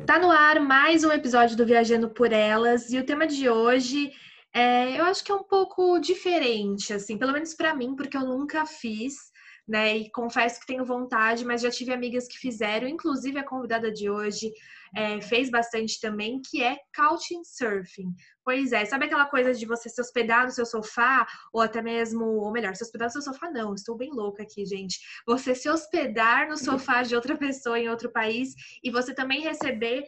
Tá no ar mais um episódio do Viajando por Elas e o tema de hoje eu acho que é um pouco diferente, assim, pelo menos pra mim, porque eu nunca fiz, né? E confesso que tenho vontade, mas já tive amigas que fizeram, inclusive a convidada de hoje fez bastante também, que é Couchsurfing. Pois é, sabe aquela coisa de você se hospedar no seu sofá, ou até mesmo, ou melhor, se hospedar no seu sofá, não, estou bem louca aqui, gente. Você se hospedar no sofá de outra pessoa em outro país e você também receber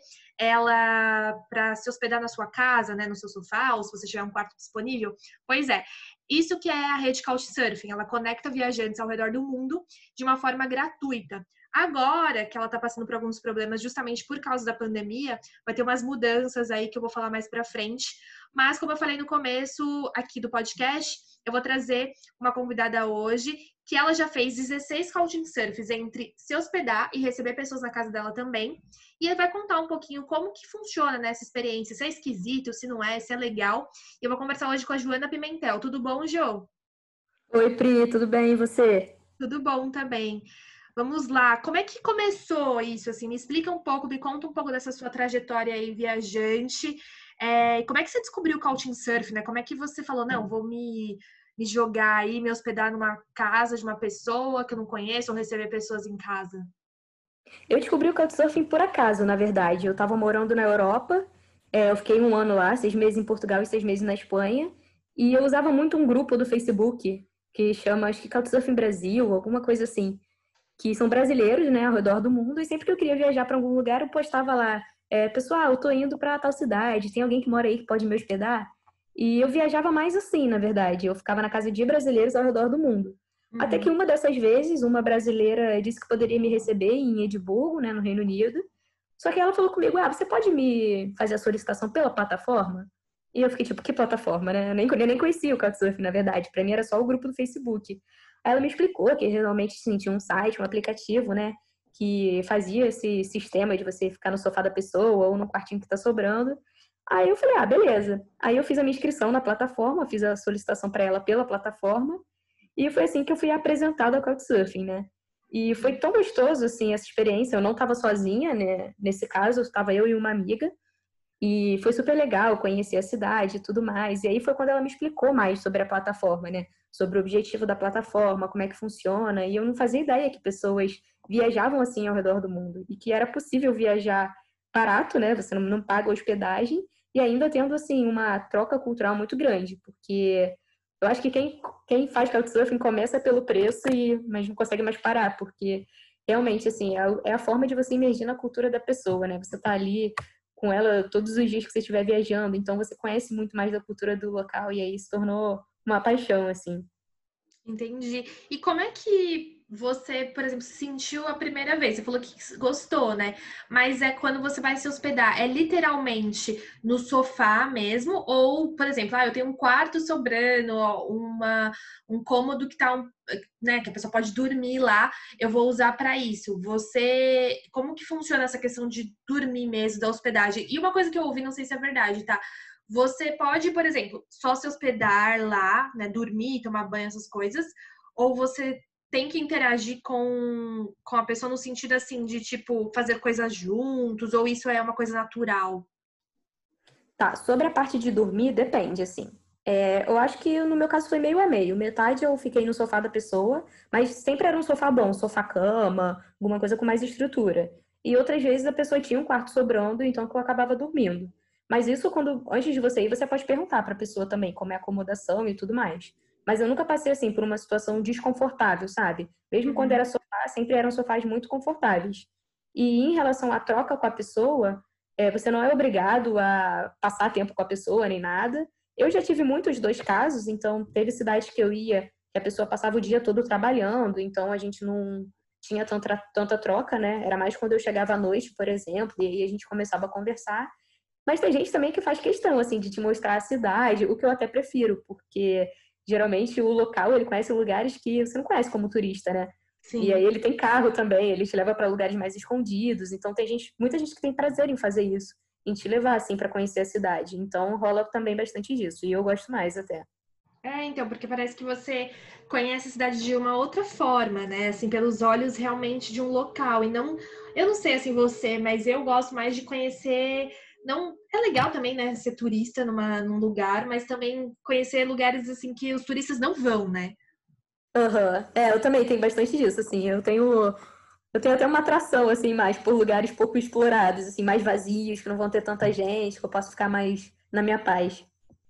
ela para se hospedar na sua casa, né, no seu sofá, ou se você tiver um quarto disponível. Pois é, isso que é a rede Couchsurfing, ela conecta viajantes ao redor do mundo de uma forma gratuita. Agora que ela está passando por alguns problemas justamente por causa da pandemia, vai ter umas mudanças aí que eu vou falar mais para frente. Mas como eu falei no começo aqui do podcast, eu vou trazer uma convidada hoje que ela já fez 16 couchsurfings entre se hospedar e receber pessoas na casa dela também. E ela vai contar um pouquinho como que funciona nessa experiência, se é esquisito, se não é, se é legal. E eu vou conversar hoje com a Joana Pimentel. Tudo bom, Jo? Oi, Pri, tudo bem? E você? Tudo bom também. Vamos lá. Como é que começou isso? Assim, me explica um pouco, me conta um pouco dessa sua trajetória aí, viajante. Como é que você descobriu o Couchsurfing, né? Como é que você falou, não, vou me jogar aí, me hospedar numa casa de uma pessoa que eu não conheço, ou receber pessoas em casa? Eu descobri o Couchsurfing por acaso, na verdade. Eu estava morando na Europa, eu fiquei um ano lá, 6 meses em Portugal e 6 meses na Espanha, e eu usava muito um grupo do Facebook que chama, acho que Couchsurfing Brasil, alguma coisa assim, que são brasileiros, né, ao redor do mundo, e sempre que eu queria viajar para algum lugar, eu postava lá, pessoal, eu tô indo para tal cidade, tem alguém que mora aí que pode me hospedar? E eu viajava mais assim, na verdade. Eu ficava na casa de brasileiros ao redor do mundo. Até que Uhum. uma dessas vezes, uma brasileira disse que poderia me receber em Edimburgo, né, no Reino Unido. Só que ela falou comigo, você pode me fazer a solicitação pela plataforma? E eu fiquei tipo, que plataforma, né? Eu nem conhecia o Couchsurfing, na verdade. Pra mim era só o grupo do Facebook. Aí ela me explicou que realmente sim, tinha um site, um aplicativo, né, que fazia esse sistema de você ficar no sofá da pessoa ou no quartinho que tá sobrando. Aí eu falei, beleza. Aí eu fiz a minha inscrição na plataforma, fiz a solicitação para ela pela plataforma, e foi assim que eu fui apresentada ao Couchsurfing, né? E foi tão gostoso, assim, essa experiência. Eu não estava sozinha, né? Nesse caso, estava eu e uma amiga. E foi super legal conhecer a cidade e tudo mais. E aí foi quando ela me explicou mais sobre a plataforma, né? Sobre o objetivo da plataforma, como é que funciona. E eu não fazia ideia que pessoas viajavam assim ao redor do mundo. E que era possível viajar barato, né? Você não paga hospedagem. E ainda tendo, assim, uma troca cultural muito grande. Porque eu acho que quem faz Couchsurfing começa pelo preço, mas não consegue mais parar. Porque realmente, assim, é a forma de você imergir na cultura da pessoa, né? Você tá ali com ela todos os dias que você estiver viajando, então você conhece muito mais da cultura do local e aí se tornou uma paixão, assim. Entendi. E como é que você, por exemplo, se sentiu a primeira vez? Você falou que gostou, né? Mas é quando você vai se hospedar, é literalmente no sofá mesmo? Ou, por exemplo, eu tenho um quarto sobrando, ó, um cômodo que tá, né, que a pessoa pode dormir lá, eu vou usar para isso. Como que funciona essa questão de dormir mesmo, da hospedagem? E uma coisa que eu ouvi, não sei se é verdade, tá? Você pode, por exemplo, só se hospedar lá, né, dormir, tomar banho, essas coisas, ou você tem que interagir com a pessoa no sentido assim de tipo fazer coisas juntos, ou isso é uma coisa natural? Tá, sobre a parte de dormir, depende, assim. Eu acho que no meu caso foi meio a meio. Metade eu fiquei no sofá da pessoa, mas sempre era um sofá bom, sofá-cama, alguma coisa com mais estrutura. E outras vezes a pessoa tinha um quarto sobrando, então que eu acabava dormindo. Mas isso antes de você ir, você pode perguntar para a pessoa também como é a acomodação e tudo mais. Mas eu nunca passei assim por uma situação desconfortável, sabe? Mesmo quando era Uhum. sofá, sempre eram sofás muito confortáveis. E em relação à troca com a pessoa, você não é obrigado a passar tempo com a pessoa nem nada. Eu já tive muitos dois casos, então teve cidades que eu ia que a pessoa passava o dia todo trabalhando, então a gente não tinha tanta troca, né? Era mais quando eu chegava à noite, por exemplo, e aí a gente começava a conversar. Mas tem gente também que faz questão, assim, de te mostrar a cidade, o que eu até prefiro, porque geralmente o local, ele conhece lugares que você não conhece como turista, né? E aí Sim. ele tem carro também, ele te leva para lugares mais escondidos. Então tem muita gente que tem prazer em fazer isso, em te levar assim para conhecer a cidade. Então rola também bastante disso, e eu gosto mais até. Então, porque parece que você conhece a cidade de uma outra forma, né? Assim, pelos olhos realmente de um local. E não, eu não sei assim você, mas eu gosto mais de conhecer. Não, é legal também, né, ser turista num lugar, mas também conhecer lugares assim que os turistas não vão, né? Aham. Eu também tenho bastante disso, assim. Eu tenho até uma atração, assim, mais por lugares pouco explorados, assim, mais vazios, que não vão ter tanta gente, que eu posso ficar mais na minha paz.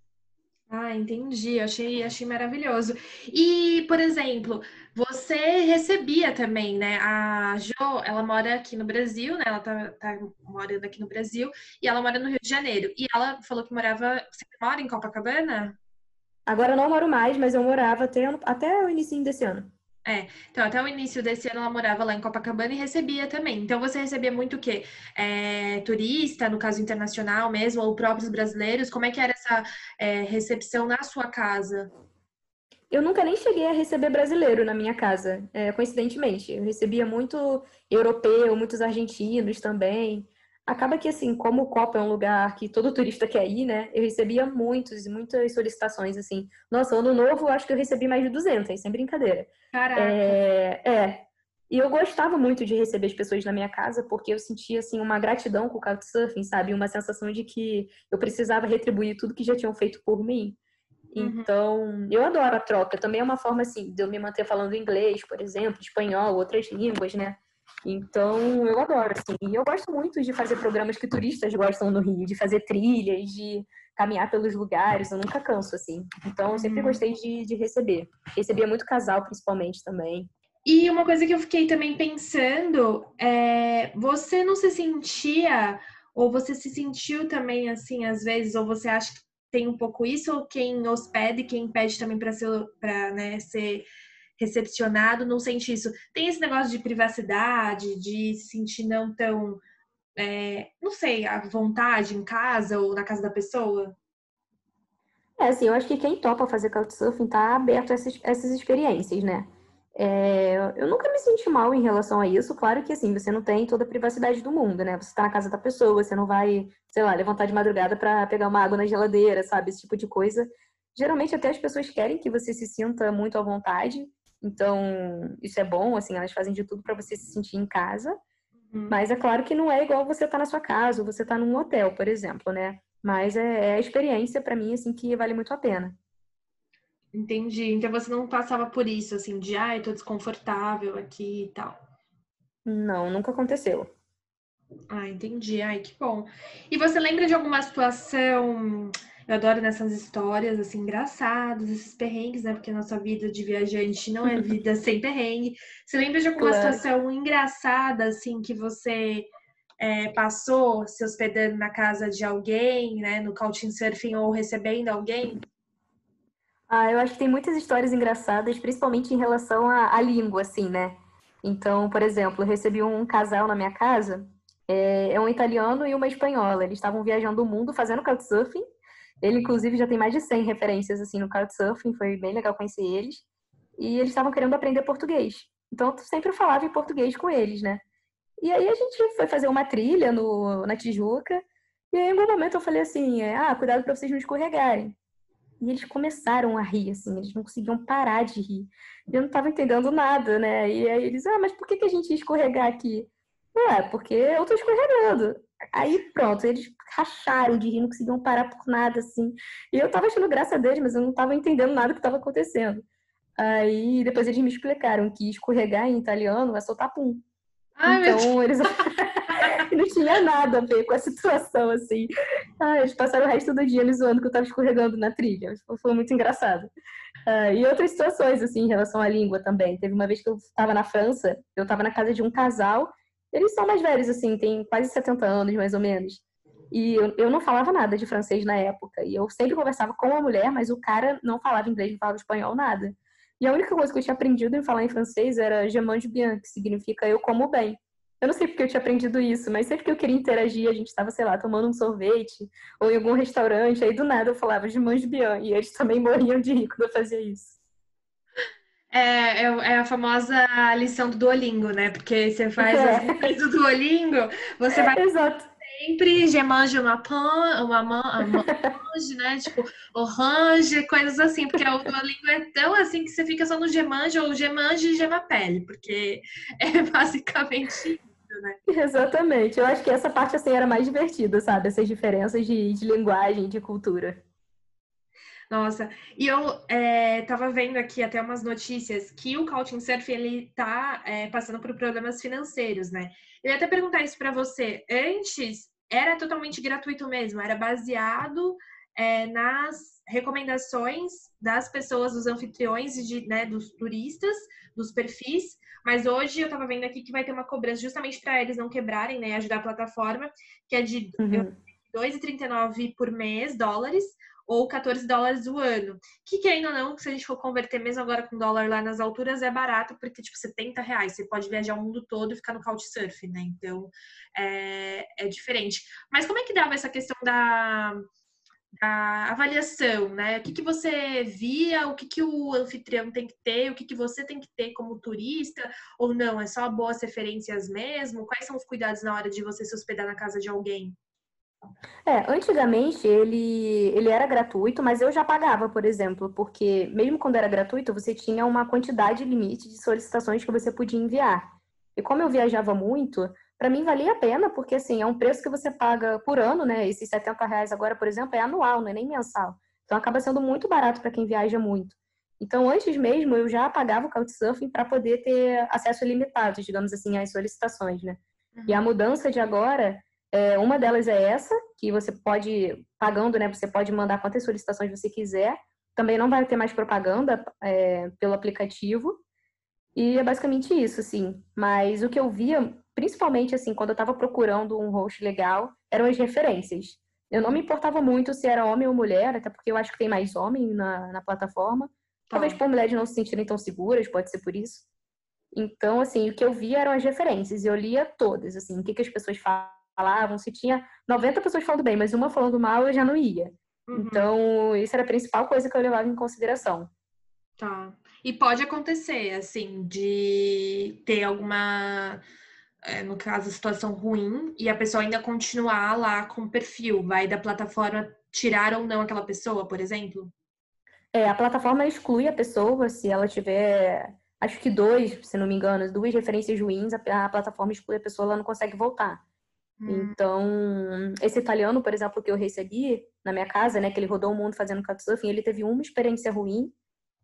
Ah, entendi. Achei maravilhoso. E, por exemplo, você recebia também, né? A Jo, ela mora aqui no Brasil, né? Ela tá morando aqui no Brasil e ela mora no Rio de Janeiro. E ela falou que morava. Você mora em Copacabana? Agora eu não moro mais, mas eu morava até o início desse ano. Então até o início desse ano ela morava lá em Copacabana e recebia também. Então você recebia muito o quê? Turista, no caso internacional mesmo, ou próprios brasileiros? Como é que era essa, recepção na sua casa? Eu nunca nem cheguei a receber brasileiro na minha casa, coincidentemente. Eu recebia muito europeu, muitos argentinos também. Acaba que, assim, como o Copa é um lugar que todo turista quer ir, né? Eu recebia muitas solicitações, assim. Nossa, ano novo, eu acho que eu recebi mais de 200, sem brincadeira. Caraca. É. E eu gostava muito de receber as pessoas na minha casa, porque eu sentia, assim, uma gratidão com o Couchsurfing, sabe? Uma sensação de que eu precisava retribuir tudo que já tinham feito por mim. Uhum. Então, eu adoro a troca. Também é uma forma, assim, de eu me manter falando inglês, por exemplo, espanhol, outras línguas, né? Então, eu adoro, assim. E eu gosto muito de fazer programas que turistas gostam no Rio, de fazer trilhas, de caminhar pelos lugares. Eu nunca canso, assim. Então, eu sempre Uhum. gostei de receber. Recebia muito casal, principalmente, também. E uma coisa que eu fiquei também pensando você não se sentia, ou você se sentiu também assim, às vezes, ou você acha que tem um pouco isso, ou quem hospeda e quem pede também para, né, ser recepcionado, não sente isso. Tem esse negócio de privacidade, de se sentir não tão, não sei, à vontade em casa ou na casa da pessoa? Assim, eu acho que quem topa fazer Couchsurfing tá aberto a essas experiências, né? Eu nunca me senti mal em relação a isso. Claro que, assim, você não tem toda a privacidade do mundo, né? Você tá na casa da pessoa, você não vai, sei lá, levantar de madrugada pra pegar uma água na geladeira, sabe? Esse tipo de coisa. Geralmente, até as pessoas querem que você se sinta muito à vontade. Então, isso é bom, assim, elas fazem de tudo pra você se sentir em casa. Uhum. Mas é claro que não é igual você tá na sua casa, ou você tá num hotel, por exemplo, né? Mas é a experiência, pra mim, assim, que vale muito a pena. Entendi. Então você não passava por isso, assim, de ai, tô desconfortável aqui e tal. Não, nunca aconteceu. Ah, entendi. Ai, que bom. E você lembra de alguma situação? Eu adoro nessas histórias, assim, engraçadas, esses perrengues, né? Porque a nossa vida de viajante não é vida sem perrengue. Você lembra de alguma Claro. situação engraçada, assim, que você passou se hospedando na casa de alguém, né? No Couchsurfing ou recebendo alguém? Eu acho que tem muitas histórias engraçadas, principalmente em relação à língua, assim, né? Então, por exemplo, eu recebi um casal na minha casa, é um italiano e uma espanhola. Eles estavam viajando o mundo fazendo couchsurfing. Ele, inclusive, já tem mais de 100 referências, assim, no couchsurfing. Foi bem legal conhecer eles. E eles estavam querendo aprender português. Então, eu sempre falava em português com eles, né? E aí a gente foi fazer uma trilha na Tijuca. E aí, em algum momento, eu falei assim, cuidado para vocês não escorregarem. E eles começaram a rir, assim, eles não conseguiam parar de rir. E eu não estava entendendo nada, né? E aí eles, mas por que a gente ia escorregar aqui? Porque eu tô escorregando. Aí pronto, eles racharam de rir, não conseguiam parar por nada, assim. E eu tava achando graça deles, mas eu não tava entendendo nada que estava acontecendo. Aí depois eles me explicaram que escorregar em italiano é soltar pum. Ai, meu Deus. Então eles não tinha nada a ver com a situação, assim. Eles passaram o resto do dia me zoando que eu tava escorregando na trilha. Foi muito engraçado. E outras situações, assim, em relação à língua também. Teve uma vez que eu estava na França, eu estava na casa de um casal, eles são mais velhos, assim, têm quase 70 anos, mais ou menos. E eu não falava nada de francês na época. E eu sempre conversava com a mulher, mas o cara não falava inglês, não falava espanhol, nada. E a única coisa que eu tinha aprendido em falar em francês era je mange bien, que significa eu como bem. Eu não sei porque eu tinha aprendido isso, mas sempre que eu queria interagir, a gente estava, sei lá, tomando um sorvete ou em algum restaurante, aí do nada eu falava de mange bien, e eles também morriam de rir quando eu fazia isso. É a famosa lição do Duolingo, né? Porque você faz as É, lições do Duolingo, você vai exato. sempre Gemange Mange, né? Tipo, Orange, coisas assim, porque o Duolingo é tão assim que você fica só no Gemange ou Gemange e Gemapele, porque é basicamente isso, né? Exatamente. Eu acho que essa parte assim era mais divertida, sabe? Essas diferenças de linguagem, de cultura. Nossa, e eu tava vendo aqui até umas notícias que o Couchsurfing ele tá passando por problemas financeiros, né? Eu ia até perguntar isso para você. Antes era totalmente gratuito mesmo, era baseado nas recomendações das pessoas, dos anfitriões e né, dos turistas, dos perfis. Mas hoje eu tava vendo aqui que vai ter uma cobrança justamente para eles não quebrarem, né? Ajudar a plataforma, que é de Uhum. 2,39 por mês, dólares ou US$ 14 o ano. Que ainda não, se a gente for converter mesmo agora com dólar lá nas alturas, é barato, porque tipo R$ 70. Você pode viajar o mundo todo e ficar no Couchsurfing, né? Então é diferente. Mas como é que dava essa questão da avaliação, né? O que você via, o que o anfitrião tem que ter, o que você tem que ter como turista, ou não, é só boas referências mesmo? Quais são os cuidados na hora de você se hospedar na casa de alguém? Antigamente ele era gratuito, mas eu já pagava, por exemplo, porque mesmo quando era gratuito, você tinha uma quantidade limite de solicitações que você podia enviar. E como eu viajava muito, para mim valia a pena, porque assim, é um preço que você paga por ano, né? Esses R$ 70 agora, por exemplo, é anual, não é nem mensal. Então acaba sendo muito barato para quem viaja muito. Então, antes mesmo, eu já pagava o Couchsurfing para poder ter acesso ilimitado, digamos assim, às solicitações, né? E a Uhum. mudança de agora, uma delas é essa, que você pode, pagando, né? Você pode mandar quantas solicitações você quiser. Também não vai ter mais propaganda pelo aplicativo. E é basicamente isso, assim. Mas o que eu via, principalmente, assim, quando eu estava procurando um host legal, eram as referências. Eu não me importava muito se era homem ou mulher, até porque eu acho que tem mais homem na plataforma. Talvez Tá. por mulheres não se sentirem tão seguras, pode ser por isso. Então, assim, o que eu via eram as referências, e eu lia todas, assim, o que que as pessoas falavam, se tinha 90 pessoas falando bem, mas uma falando mal, eu já não ia. Uhum. Então, isso era a principal coisa que eu levava em consideração. Tá. E pode acontecer, assim, de ter alguma, no caso, situação ruim e a pessoa ainda continuar lá com o perfil. Vai da plataforma tirar ou não aquela pessoa, por exemplo? A plataforma exclui a pessoa se ela tiver, acho que se não me engano, duas referências ruins, a plataforma exclui a pessoa, ela não consegue voltar. Hum, Então, esse italiano, por exemplo, que eu recebi na minha casa, né, que ele rodou o mundo fazendo couchsurfing, ele teve uma experiência ruim,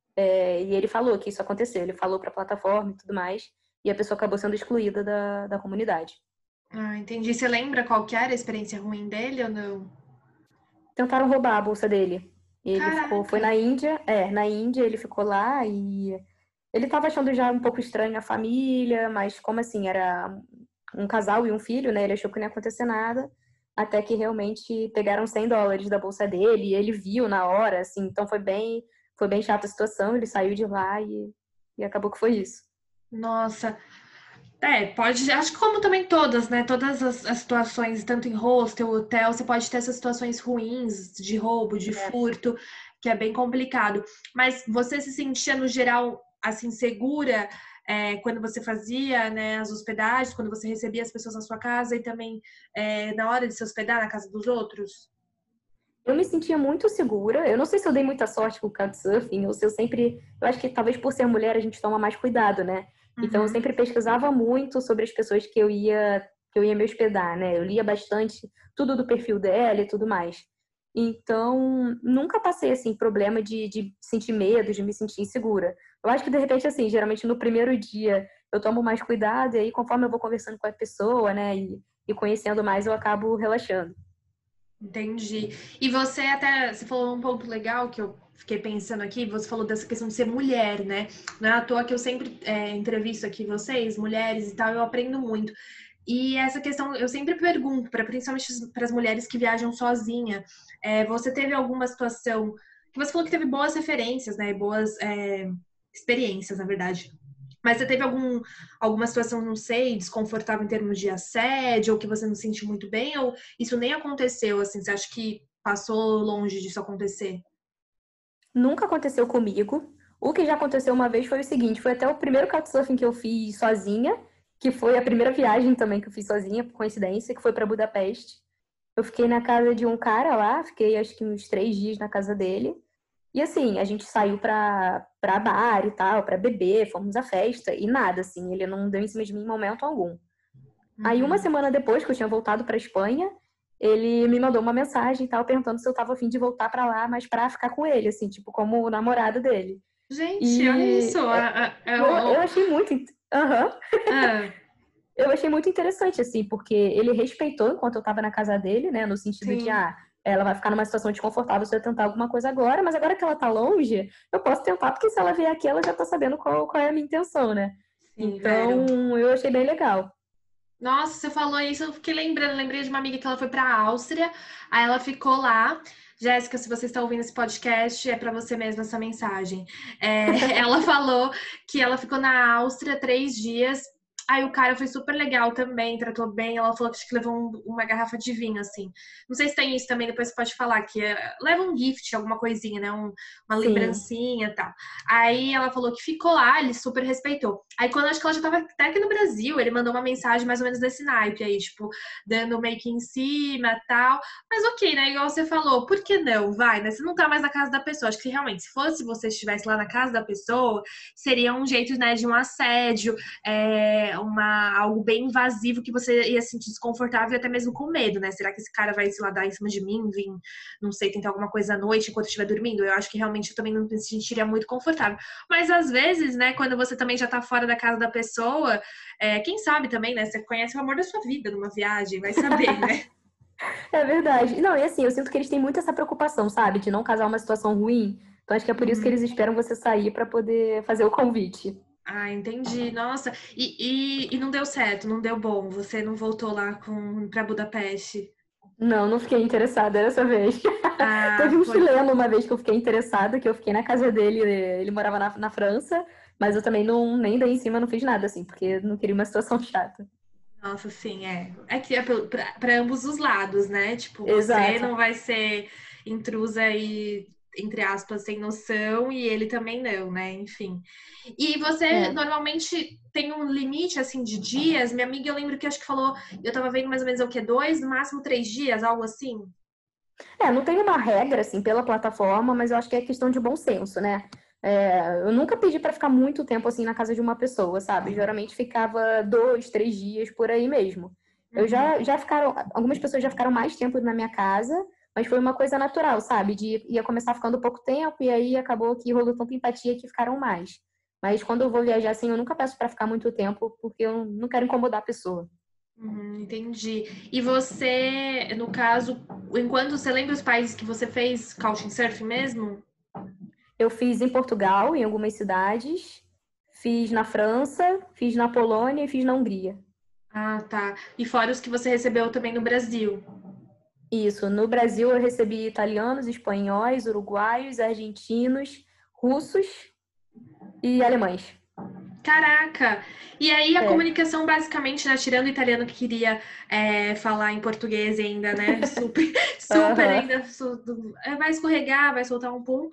e ele falou que isso aconteceu. Ele falou para a plataforma e tudo mais, e a pessoa acabou sendo excluída da comunidade. entendi. Você lembra qual que era a experiência ruim dele ou não? Tentaram roubar a bolsa dele. Ele ficou, foi Caraca! na Índia ele ficou lá e ele estava achando já um pouco estranho a família, mas como assim, era um casal e um filho, né? Ele achou que não ia acontecer nada, até que realmente pegaram US$ 100 da bolsa dele e ele viu na hora, assim, então foi bem chata a situação, ele saiu de lá e acabou que foi isso. Nossa, pode. Acho que como também todas, né? Todas as situações, tanto em hostel, hotel, você pode ter essas situações ruins de roubo, de furto, que é bem complicado. Mas você se sentia, no geral, assim, segura quando você fazia, né, as hospedagens, quando você recebia as pessoas na sua casa e também na hora de se hospedar na casa dos outros? Eu me sentia muito segura. Eu não sei se eu dei muita sorte com o Couchsurfing ou se eu sempre. Eu acho que talvez por ser mulher a gente toma mais cuidado, né? Então eu Uhum. sempre pesquisava muito sobre as pessoas que eu ia me hospedar, né? Eu lia bastante tudo do perfil dela e tudo mais. Então, nunca passei, assim, problema de sentir medo, de me sentir insegura. Eu acho que, de repente, assim, geralmente no primeiro dia eu tomo mais cuidado e aí, conforme eu vou conversando com a pessoa, né, e conhecendo mais, eu acabo relaxando. Entendi. E você falou um ponto legal que eu fiquei pensando aqui, você falou dessa questão de ser mulher, né? Não é à toa que eu sempre entrevisto aqui vocês, mulheres e tal, eu aprendo muito. E essa questão, eu sempre pergunto, principalmente para as mulheres que viajam sozinha, você teve alguma situação que você falou que teve boas referências, né? Boas experiências, na verdade. Mas você teve alguma situação, não sei, desconfortável em termos de assédio, ou que você não se sentiu muito bem, ou isso nem aconteceu, assim, você acha que passou longe disso acontecer? Nunca aconteceu comigo. O que já aconteceu uma vez foi o seguinte: foi até o primeiro couchsurfing que eu fiz sozinha, que foi a primeira viagem também que eu fiz sozinha, por coincidência, que foi para Budapeste. Eu fiquei na casa de um cara lá, fiquei acho que uns 3 dias na casa dele. E assim, a gente saiu pra bar e tal, pra beber, fomos à festa e nada, assim, ele não deu em cima de mim em momento algum. Aí uma Uhum. semana depois que eu tinha voltado pra Espanha, ele me mandou uma mensagem e tal, perguntando se eu tava a fim de voltar pra lá, mas pra ficar com ele, assim, tipo, como o namorado dele. Gente, olha isso. E eu achei muito. Aham. Ah, Eu achei muito interessante, assim, porque ele respeitou enquanto eu tava na casa dele, né? No sentido de, sim. ela vai ficar numa situação desconfortável se eu tentar alguma coisa agora, mas agora que ela tá longe, eu posso tentar, porque se ela vier aqui, ela já tá sabendo qual é a minha intenção, né? Sim, Vero. Então, eu achei bem legal. Nossa, você falou isso, eu fiquei lembrando. Lembrei de uma amiga que ela foi para a Áustria, aí ela ficou lá. Jéssica, se você está ouvindo esse podcast, é para você mesma essa mensagem. Ela falou que ela ficou na Áustria 3 dias. Aí o cara foi super legal também, tratou bem. Ela falou que acho que levou uma garrafa de vinho, assim. Não sei se tem isso também, depois você pode falar, que leva um gift, alguma coisinha, né? Uma Sim. lembrancinha e tal. Aí ela falou que ficou lá, ele super respeitou. Aí quando acho que ela já tava até aqui no Brasil, ele mandou uma mensagem mais ou menos desse naipe aí, tipo, dando meio que em cima e tal. Mas ok, né? Igual você falou, por que não? Vai, né? Você não tá mais na casa da pessoa. Acho que realmente, se fosse você estivesse lá na casa da pessoa, seria um jeito, né, de um assédio, algo bem invasivo que você ia se sentir desconfortável e até mesmo com medo, né? Será que esse cara vai se lá dar em cima de mim, vir, não sei, tentar alguma coisa à noite enquanto eu estiver dormindo? Eu acho que realmente eu também não me sentiria muito confortável. Mas às vezes, né, quando você também já tá fora da casa da pessoa, quem sabe também, né? Você conhece o amor da sua vida numa viagem, vai saber, né? É verdade. Não, e assim, eu sinto que eles têm muito essa preocupação, sabe? De não causar uma situação ruim. Então, acho que é por isso que Uhum. eles esperam você sair pra poder fazer o convite. Ah, entendi. Nossa, e não deu certo, não deu bom. Você não voltou lá para Budapeste. Não, não fiquei interessada dessa vez. Teve Ah, um foi. chileno uma vez que eu fiquei interessada, que eu fiquei na casa dele, ele morava na França, mas eu também não, nem daí em cima não fiz nada, assim, porque não queria uma situação chata. Nossa, sim, é. É que é para ambos os lados, né? Tipo, você Exato. não vai ser intrusa e, entre aspas, sem noção, e ele também não, né? Enfim. E você É. normalmente tem um limite, assim, de dias? Minha amiga, eu lembro que acho que falou, eu tava vendo mais ou menos o quê? 2, no máximo 3 dias, algo assim? Não tem uma regra, assim, pela plataforma, mas eu acho que é questão de bom senso, né? Eu nunca pedi para ficar muito tempo, assim, na casa de uma pessoa, sabe? Geralmente ficava 2, 3 dias por aí mesmo. Uhum. Algumas pessoas já ficaram mais tempo na minha casa, mas foi uma coisa natural, sabe? Ia começar ficando pouco tempo e aí acabou que rolou tanta empatia que ficaram mais. Mas quando eu vou viajar, assim, eu nunca peço para ficar muito tempo, porque eu não quero incomodar a pessoa. Entendi. E você, no caso, enquanto você lembra os países que você fez couchsurfing mesmo? Eu fiz em Portugal, em algumas cidades, fiz na França, fiz na Polônia e fiz na Hungria. Ah, tá. E fora os que você recebeu também no Brasil. Isso, no Brasil eu recebi italianos, espanhóis, uruguaios, argentinos, russos e alemães. Caraca! E aí a É, comunicação basicamente, né, tirando o italiano que queria falar em português ainda, né, super, super aham. ainda, vai escorregar, vai soltar um pum.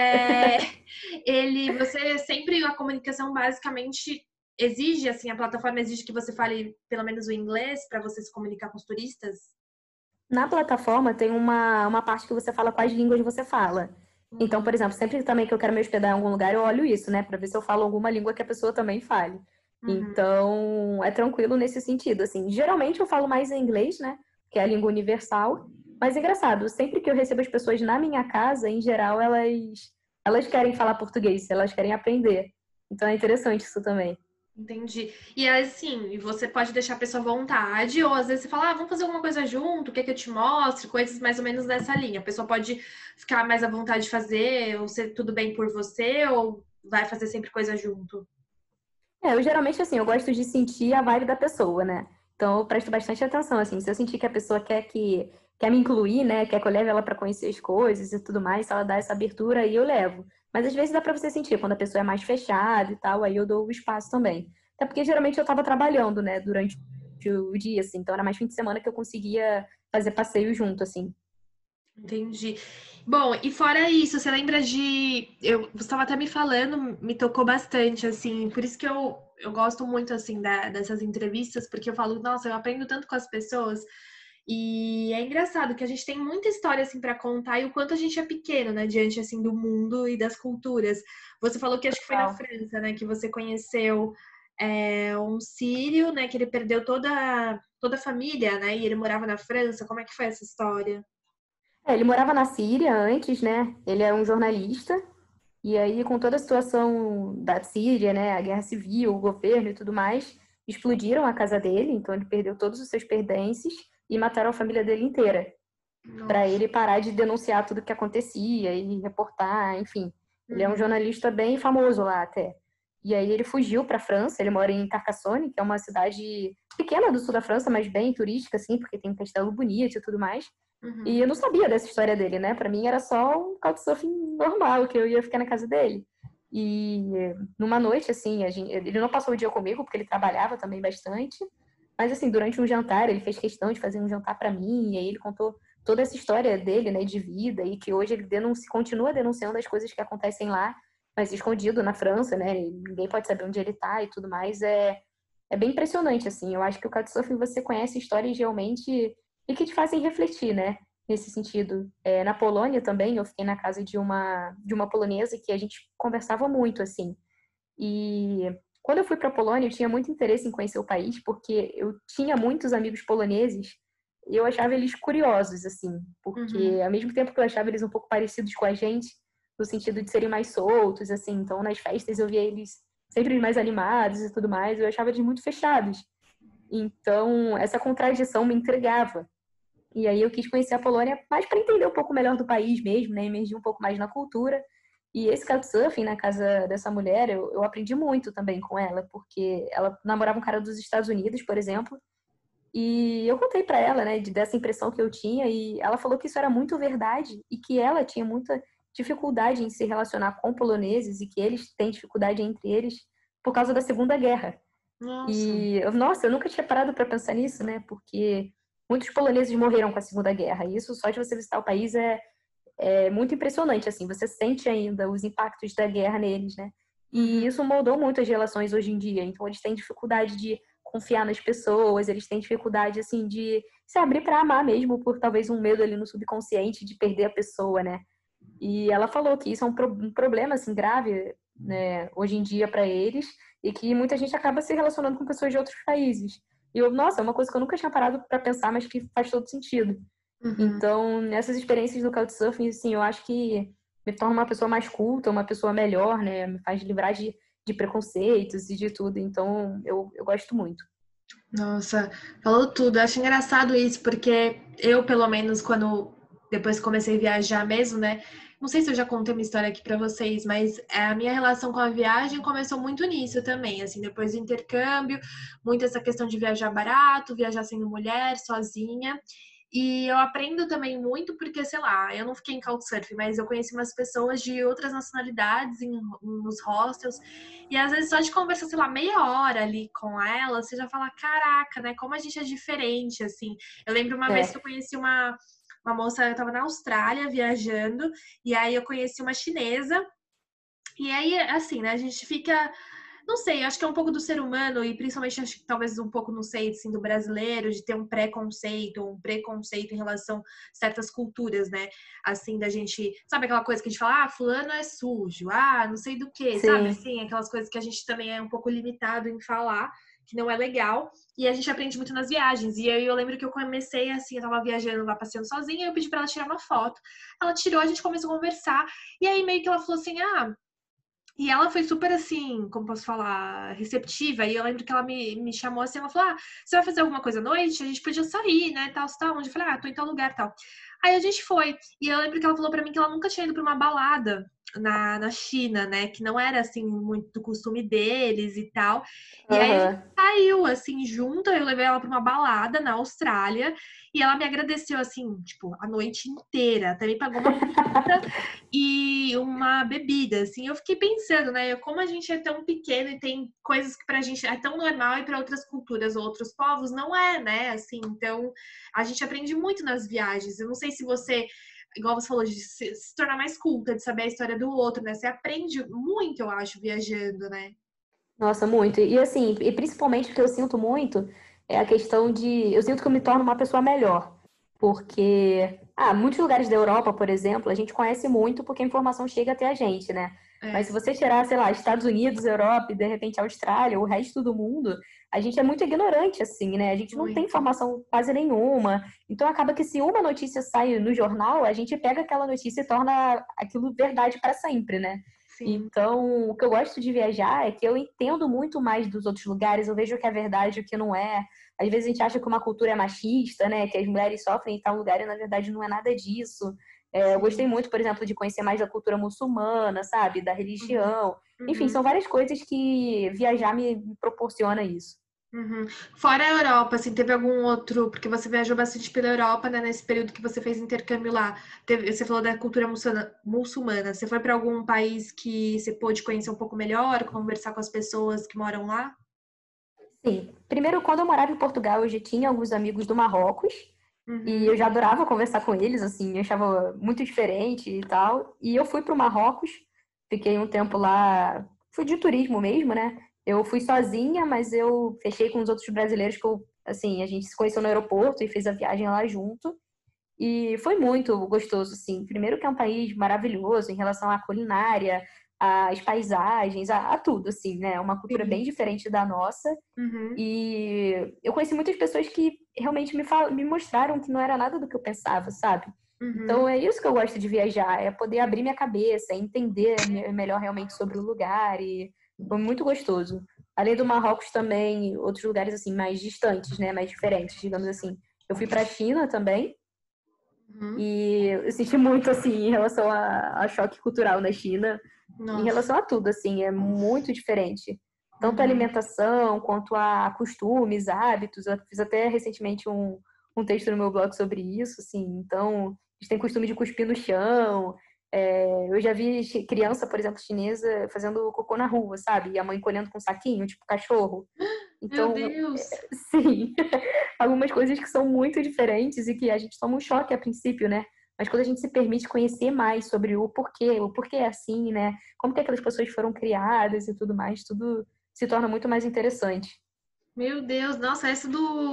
Você sempre, a comunicação basicamente exige, assim, a plataforma exige que você fale pelo menos o inglês para você se comunicar com os turistas? Na plataforma tem uma parte que você fala quais línguas você fala. Então, por Uhum, exemplo, sempre também que eu quero me hospedar em algum lugar, eu olho isso, né, para ver se eu falo alguma língua que a pessoa também fale. uhum. Então, é tranquilo nesse sentido, assim. Geralmente eu falo mais em inglês, né, que é a língua universal. Mas é engraçado, sempre que eu recebo as pessoas na minha casa, em geral, elas querem falar português, elas querem aprender. Então é interessante isso também. Entendi. E assim, e você pode deixar a pessoa à vontade, ou às vezes você fala, vamos fazer alguma coisa junto, quer que eu te mostre? Coisas mais ou menos nessa linha. A pessoa pode ficar mais à vontade de fazer, ou ser tudo bem por você, ou vai fazer sempre coisa junto. Eu geralmente, assim, eu gosto de sentir a vibe da pessoa, né? Então eu presto bastante atenção, assim, se eu sentir que a pessoa quer me incluir, né? Quer que eu leve ela para conhecer as coisas e tudo mais, se ela dá essa abertura, aí eu levo. Mas às vezes dá para você sentir, quando a pessoa é mais fechada e tal, aí eu dou o espaço também. Até porque geralmente eu tava trabalhando, né, durante o dia, assim, então era mais fim de semana que eu conseguia fazer passeio junto, assim. Entendi. Bom, e fora isso, você lembra de. Você estava até me falando, me tocou bastante, assim, por isso que eu gosto muito, assim, dessas entrevistas, porque eu falo, nossa, eu aprendo tanto com as pessoas. E é engraçado que a gente tem muita história assim para contar e o quanto a gente é pequeno, né, diante assim do mundo e das culturas. Você falou que acho que foi na Total. França, né, que você conheceu um sírio, né, que ele perdeu toda a família, né, e ele morava na França. Como é que foi essa história? Ele morava na Síria antes, né? Ele era um jornalista. E aí, com toda a situação da Síria, né? A guerra civil, o governo e tudo mais, explodiram a casa dele. Então, ele perdeu todos os seus pertences e mataram a família dele inteira. Para Nossa. ele parar de denunciar tudo que acontecia e reportar, enfim. Ele é um Uhum. jornalista bem famoso lá até. E aí ele fugiu para a França, ele mora em Carcassonne, que é uma cidade pequena do sul da França, mas bem turística, assim, porque tem um castelo bonito e tudo mais. E Uhum. eu não sabia dessa história dele, né? Para mim era só um couchsurfing normal, que eu ia ficar na casa dele. E numa noite, assim, ele não passou o dia comigo, porque ele trabalhava também bastante. Mas, assim, durante um jantar, ele fez questão de fazer um jantar para mim, e aí ele contou toda essa história dele, né, de vida, e que hoje ele continua denunciando as coisas que acontecem lá, mas escondido na França, né? E ninguém pode saber onde ele tá e tudo mais. É bem impressionante, assim. Eu acho que o Couchsurfing você conhece histórias realmente e que te fazem refletir, né? Nesse sentido. Na Polônia também, eu fiquei na casa de uma polonesa que a gente conversava muito, assim. E quando eu fui para a Polônia, eu tinha muito interesse em conhecer o país, porque eu tinha muitos amigos poloneses e eu achava eles curiosos, assim, porque Uhum. ao mesmo tempo que eu achava eles um pouco parecidos com a gente, no sentido de serem mais soltos, assim, então nas festas eu via eles sempre mais animados e tudo mais, eu achava eles muito fechados. Então, essa contradição me intrigava. E aí eu quis conhecer a Polônia mais para entender um pouco melhor do país mesmo, né? Emergir um pouco mais na cultura. E esse couchsurfing na casa dessa mulher, eu aprendi muito também com ela, porque ela namorava um cara dos Estados Unidos, por exemplo, e eu contei para ela, né, dessa impressão que eu tinha, e ela falou que isso era muito verdade e que ela tinha muita dificuldade em se relacionar com poloneses e que eles têm dificuldade entre eles por causa da Segunda Guerra. Nossa. E, nossa, eu nunca tinha parado para pensar nisso, né? Porque muitos poloneses morreram com a Segunda Guerra. E isso, só de você visitar o país, é muito impressionante, assim. Você sente ainda os impactos da guerra neles, né? E Uhum. isso moldou muito as relações hoje em dia. Então, eles têm dificuldade de confiar nas pessoas, eles têm dificuldade, assim, de se abrir para amar mesmo, por talvez um medo ali no subconsciente de perder a pessoa, né? E ela falou que isso é um problema assim grave, né, hoje em dia para eles e que muita gente acaba se relacionando com pessoas de outros países. E eu, nossa, é uma coisa que eu nunca tinha parado para pensar, mas que faz todo sentido. Uhum. Então, nessas experiências do Couchsurfing, assim, eu acho que me torna uma pessoa mais culta, uma pessoa melhor, né? Me faz livrar de preconceitos e de tudo. Então, eu gosto muito. Nossa, falou tudo. Eu acho engraçado isso, porque eu, pelo menos, quando depois que comecei a viajar mesmo, né? Não sei se eu já contei uma história aqui pra vocês, mas a minha relação com a viagem começou muito nisso também, assim, depois do intercâmbio, muito essa questão de viajar barato, viajar sendo mulher, sozinha. E eu aprendo também muito porque, sei lá, eu não fiquei em Couchsurfing, mas eu conheci umas pessoas de outras nacionalidades nos hostels. E às vezes só de conversar, sei lá, meia hora ali com ela, você já fala, caraca, né? Como a gente é diferente, assim. Eu lembro uma vez que É. eu conheci uma moça, eu tava na Austrália viajando, e aí eu conheci uma chinesa. E aí, assim, né, a gente fica não sei, acho que é um pouco do ser humano e principalmente acho que talvez um pouco, não sei, assim, do brasileiro, de ter um preconceito em relação a certas culturas, né? Assim, da gente, sabe aquela coisa que a gente fala, ah, fulano é sujo, ah, não sei do que, sabe? Sim. Assim, aquelas coisas que a gente também é um pouco limitado em falar, que não é legal. E a gente aprende muito nas viagens. E aí eu lembro que eu comecei assim, eu tava viajando lá, passeando sozinha, e eu pedi pra ela tirar uma foto. Ela tirou, a gente começou a conversar. E aí meio que ela falou assim, ah, e ela foi super assim, como posso falar, receptiva. E eu lembro que ela me chamou assim, ela falou: Ah, você vai fazer alguma coisa à noite? A gente podia sair, né? Tal, você tá onde? Eu falei, ah, tô em tal lugar, tal. Aí a gente foi. E eu lembro que ela falou pra mim que ela nunca tinha ido pra uma balada na China, né? Que não era assim muito do costume deles e tal. E aí a gente Aham. saiu assim junto, eu levei ela pra uma balada na Austrália e ela me agradeceu assim, tipo, a noite inteira. Também pagou uma pizza e uma bebida, assim, eu fiquei pensando, né, como a gente é tão pequeno e tem coisas que pra gente é tão normal e para outras culturas ou outros povos não é, né, assim, então a gente aprende muito nas viagens. Eu não sei se você, igual você falou, de se tornar mais culta, de saber a história do outro, né, você aprende muito, eu acho, viajando, né. Nossa, muito. E assim, e principalmente o que eu sinto muito é a questão de. Eu sinto que eu me torno uma pessoa melhor. Porque, muitos lugares da Europa, por exemplo, a gente conhece muito porque a informação chega até a gente, né? Mas se você tirar, sei lá, Estados Unidos, Europa e de repente Austrália, o resto do mundo, a gente é muito ignorante, assim, né? A gente não tem Muito. informação quase nenhuma. Então acaba que se uma notícia sai no jornal, a gente pega aquela notícia e torna aquilo verdade para sempre, né? Sim. Então, o que eu gosto de viajar é que eu entendo muito mais dos outros lugares, eu vejo o que é verdade e o que não é. Às vezes a gente acha que uma cultura é machista, né? Que as mulheres sofrem em tal lugar e na verdade não é nada disso. Eu gostei Sim. muito, por exemplo, de conhecer mais da cultura muçulmana, sabe? Da Uhum. religião. Enfim, Uhum. são várias coisas que viajar me proporciona isso. Uhum. Fora a Europa, assim, teve algum outro, porque você viajou bastante pela Europa, né, nesse período que você fez intercâmbio lá. Você falou da cultura muçulmana. Você foi para algum país que você pôde conhecer um pouco melhor, conversar com as pessoas que moram lá? Sim. Primeiro, quando eu morava em Portugal, eu já tinha alguns amigos do Marrocos. E eu Uhum. já adorava conversar com eles, assim, eu achava muito diferente e tal. E eu fui para o Marrocos, fiquei um tempo lá, fui de turismo mesmo, né? Eu fui sozinha, mas eu fechei com os outros brasileiros que eu, assim, a gente se conheceu no aeroporto e fez a viagem lá junto. E foi muito gostoso, assim. Primeiro que é um país maravilhoso em relação à culinária, às paisagens, a tudo, assim, né? É uma cultura bem Sim. diferente da nossa. Uhum. E eu conheci muitas pessoas que realmente me mostraram que não era nada do que eu pensava, sabe? Então Uhum. é isso que eu gosto de viajar, é poder abrir minha cabeça, entender melhor realmente sobre o lugar e foi muito gostoso. Além do Marrocos também, outros lugares assim mais distantes, né, mais diferentes, digamos assim. Eu fui para a China também Uhum. e eu senti muito assim em relação a choque cultural na China em Nossa. relação a tudo, assim, é muito diferente. Tanto a Uhum. alimentação, quanto a costumes, hábitos. Eu fiz até recentemente um texto no meu blog sobre isso, assim. Então, eles têm costume de cuspir no chão. Eu já vi criança, por exemplo, chinesa, fazendo cocô na rua, sabe? E a mãe colhendo com um saquinho, tipo cachorro. Meu Então, Deus. sim, algumas coisas que são muito diferentes e que a gente toma um choque a princípio, né? Mas quando a gente se permite conhecer mais sobre o porquê é assim, né? Como que aquelas pessoas foram criadas e tudo mais, tudo se torna muito mais interessante. Meu Deus, nossa, essa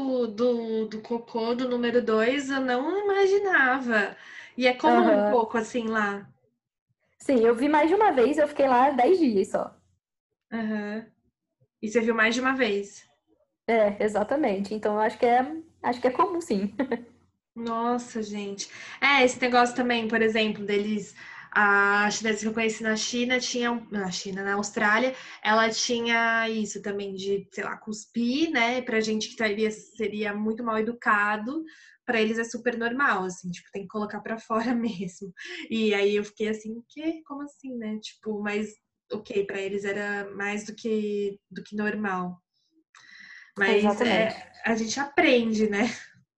do cocô do número 2 eu não imaginava. E é comum um Aham. pouco assim lá. Sim, eu vi mais de uma vez, eu fiquei lá 10 dias só. Aham. E você viu mais de uma vez? Exatamente. Então eu acho que é comum, sim. Nossa, gente. Esse negócio também, por exemplo, deles. A chinesa que eu conheci na China tinha. Na China, na Austrália, ela tinha isso também de, sei lá, cuspir, né? Pra gente que seria muito mal educado, pra eles é super normal, assim, tipo, tem que colocar pra fora mesmo. E aí eu fiquei assim, que? Como assim, né? Tipo, mas ok, pra eles era mais do que normal. Mas Exatamente. a gente aprende, né?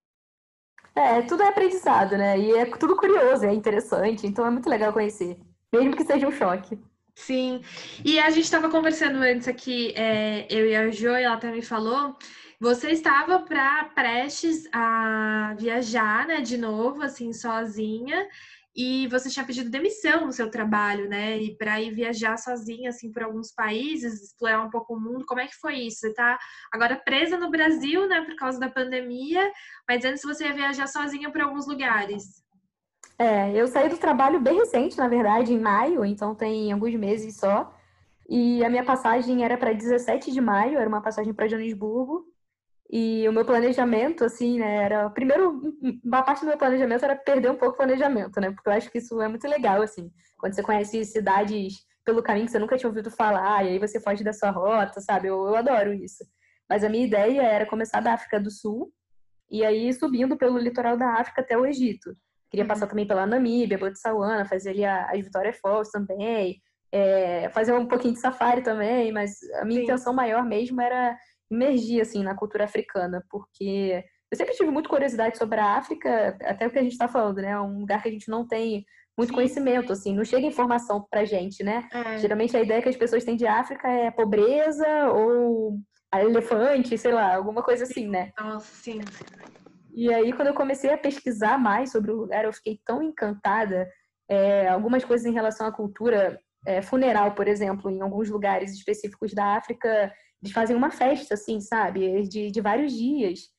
Tudo é aprendizado, né? E é tudo curioso, é interessante, então é muito legal conhecer. Mesmo que seja um choque. Sim, e a gente estava conversando antes aqui, eu e a Jo, e ela também falou, você estava prestes a viajar, né, de novo, assim, sozinha, e você tinha pedido demissão no seu trabalho, né, e para ir viajar sozinha, assim, por alguns países, explorar um pouco o mundo, como é que foi isso? Você está agora presa no Brasil, né, por causa da pandemia, mas antes você ia viajar sozinha por alguns lugares. Eu saí do trabalho bem recente, na verdade, em maio, então tem alguns meses só. E a minha passagem era para 17 de maio, era uma passagem para Joanesburgo. E o meu planejamento, assim, né, era. Primeiro, uma parte do meu planejamento era perder um pouco o planejamento, né? Porque eu acho que isso é muito legal, assim. Quando você conhece cidades pelo caminho que você nunca tinha ouvido falar, e aí você foge da sua rota, sabe? Eu adoro isso. Mas a minha ideia era começar da África do Sul e aí subindo pelo litoral da África até o Egito. Queria passar Uhum. também pela Namíbia, Botsuana, fazer ali as Vitória Falls também, fazer um pouquinho de safari também, mas a minha Sim, intenção maior mesmo era imergir assim na cultura africana, porque eu sempre tive muita curiosidade sobre a África, até o que a gente está falando, né? É um lugar que a gente não tem muito sim, conhecimento, assim, não chega informação pra gente, né? é. Geralmente a ideia que as pessoas têm de África é pobreza ou elefante, sei lá, alguma coisa assim, né? Nossa, sim. E aí, quando eu comecei a pesquisar mais sobre o lugar, eu fiquei tão encantada. Algumas coisas em relação à cultura funeral, por exemplo, em alguns lugares específicos da África, eles fazem uma festa, assim, sabe? De vários dias.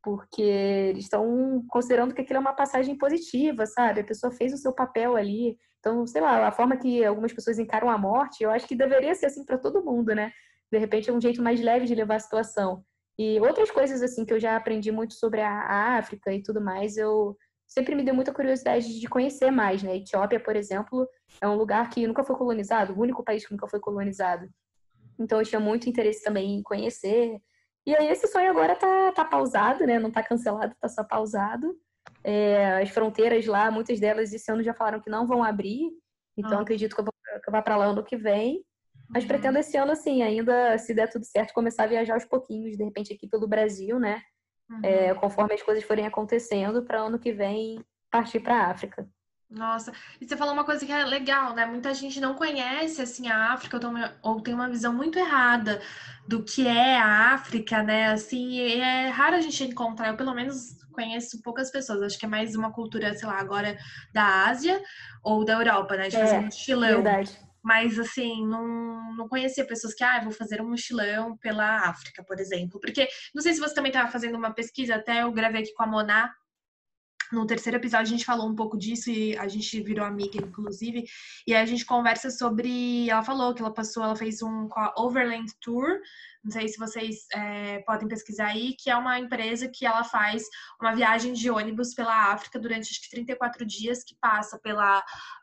porque eles estão considerando que aquilo é uma passagem positiva, sabe? A pessoa fez o seu papel ali. Então, sei lá, a forma que algumas pessoas encaram a morte, eu acho que deveria ser assim para todo mundo, né? De repente é um jeito mais leve de levar a situação. E outras coisas assim que eu já aprendi muito sobre a África e tudo mais, eu sempre me deu muita curiosidade de conhecer mais, né? Etiópia, por exemplo, é um lugar que nunca foi colonizado, o único país que nunca foi colonizado. Então eu tinha muito interesse também em conhecer. E aí esse sonho agora tá pausado, né? Não tá cancelado, tá só pausado. As fronteiras lá, muitas delas esse ano já falaram que não vão abrir. Então acredito que eu vá para lá ano que vem. Mas pretendo esse ano, assim, ainda, se der tudo certo, começar a viajar aos pouquinhos, de repente aqui pelo Brasil, né? Conforme as coisas forem acontecendo, para ano que vem partir para a África. Nossa, e você falou uma coisa que é legal, né? Muita gente não conhece assim a África ou tem uma visão muito errada do que é a África, né? Assim, é raro a gente encontrar, eu pelo menos conheço poucas pessoas, acho que é mais uma cultura, sei lá, agora da Ásia ou da Europa, né? De fazer um mochilão. Verdade. Mas assim, não conhecia pessoas que, vou fazer um mochilão pela África, por exemplo. Porque não sei se você também estava fazendo uma pesquisa, até eu gravei aqui com a Moná. No terceiro episódio a gente falou um pouco disso e a gente virou amiga, inclusive, e aí a gente conversa sobre. Ela falou que ela fez um Overland Tour, não sei se vocês podem pesquisar aí, que é uma empresa que ela faz uma viagem de ônibus pela África durante acho que 34 dias, que passa pela.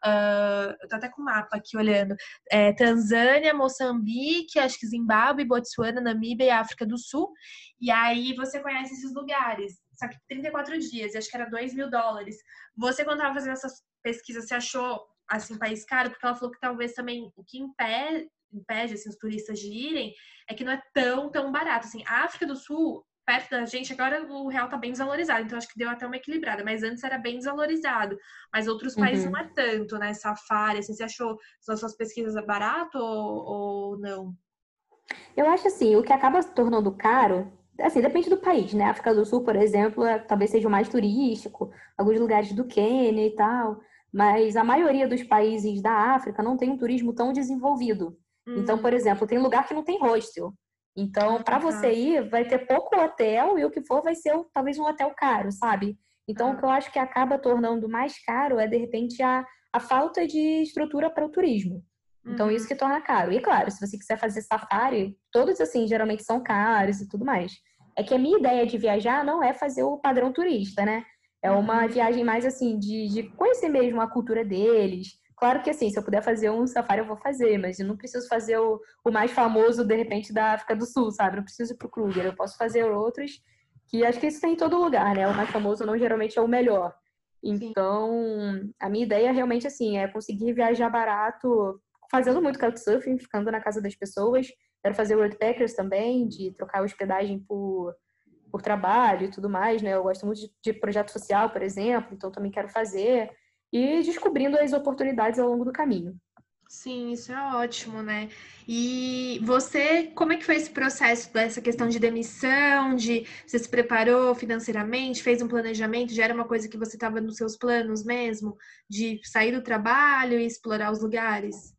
Eu tô até com o mapa aqui olhando. Tanzânia, Moçambique, acho que Zimbábue, Botsuana, Namíbia e África do Sul. E aí você conhece esses lugares. Só que 34 dias, e acho que era $2.000. Você, quando estava fazendo essas pesquisas, você achou, assim, país caro? Porque ela falou que talvez também o que impede assim, os turistas de irem é que não é tão barato. Assim, a África do Sul, perto da gente, agora o real tá bem desvalorizado, então acho que deu até uma equilibrada, mas antes era bem desvalorizado. Mas outros países não é tanto, né? Safari, assim, você achou suas pesquisas barato ou não? Eu acho assim, o que acaba se tornando caro, assim, depende do país, né? A África do Sul, por exemplo, talvez seja o mais turístico, alguns lugares do Quênia e tal, mas a maioria dos países da África não tem um turismo tão desenvolvido. Então, por exemplo, tem lugar que não tem hostel. Então, para você Tá, ir, vai ter pouco hotel e o que for vai ser talvez um hotel caro, sabe? Então, o que tá. eu acho que acaba tornando mais caro é, de repente, a falta de estrutura para o turismo. Então, isso Uhum. que torna caro. E claro, se você quiser fazer safari, todos assim, geralmente são caros e tudo mais. É que a minha ideia de viajar não é fazer o padrão turista, né? É uma Uhum. viagem mais assim, de conhecer mesmo a cultura deles. Claro que assim, se eu puder fazer um safari, eu vou fazer, mas eu não preciso fazer o mais famoso, de repente, da África do Sul, sabe? Não preciso ir pro Kruger. Eu posso fazer outros, que acho que isso tem em todo lugar, né? O mais famoso não geralmente é o melhor. Sim. Então, a minha ideia realmente assim é conseguir viajar barato fazendo muito couchsurfing, ficando na casa das pessoas. Quero fazer worldpackers também, de trocar hospedagem por trabalho e tudo mais, né? Eu gosto muito de projeto social, por exemplo, então também quero fazer. E descobrindo as oportunidades ao longo do caminho. Sim, isso é ótimo, né? E você, como é que foi esse processo dessa questão de demissão, de você se preparou financeiramente, fez um planejamento, já era uma coisa que você estava nos seus planos mesmo, de sair do trabalho e explorar os lugares?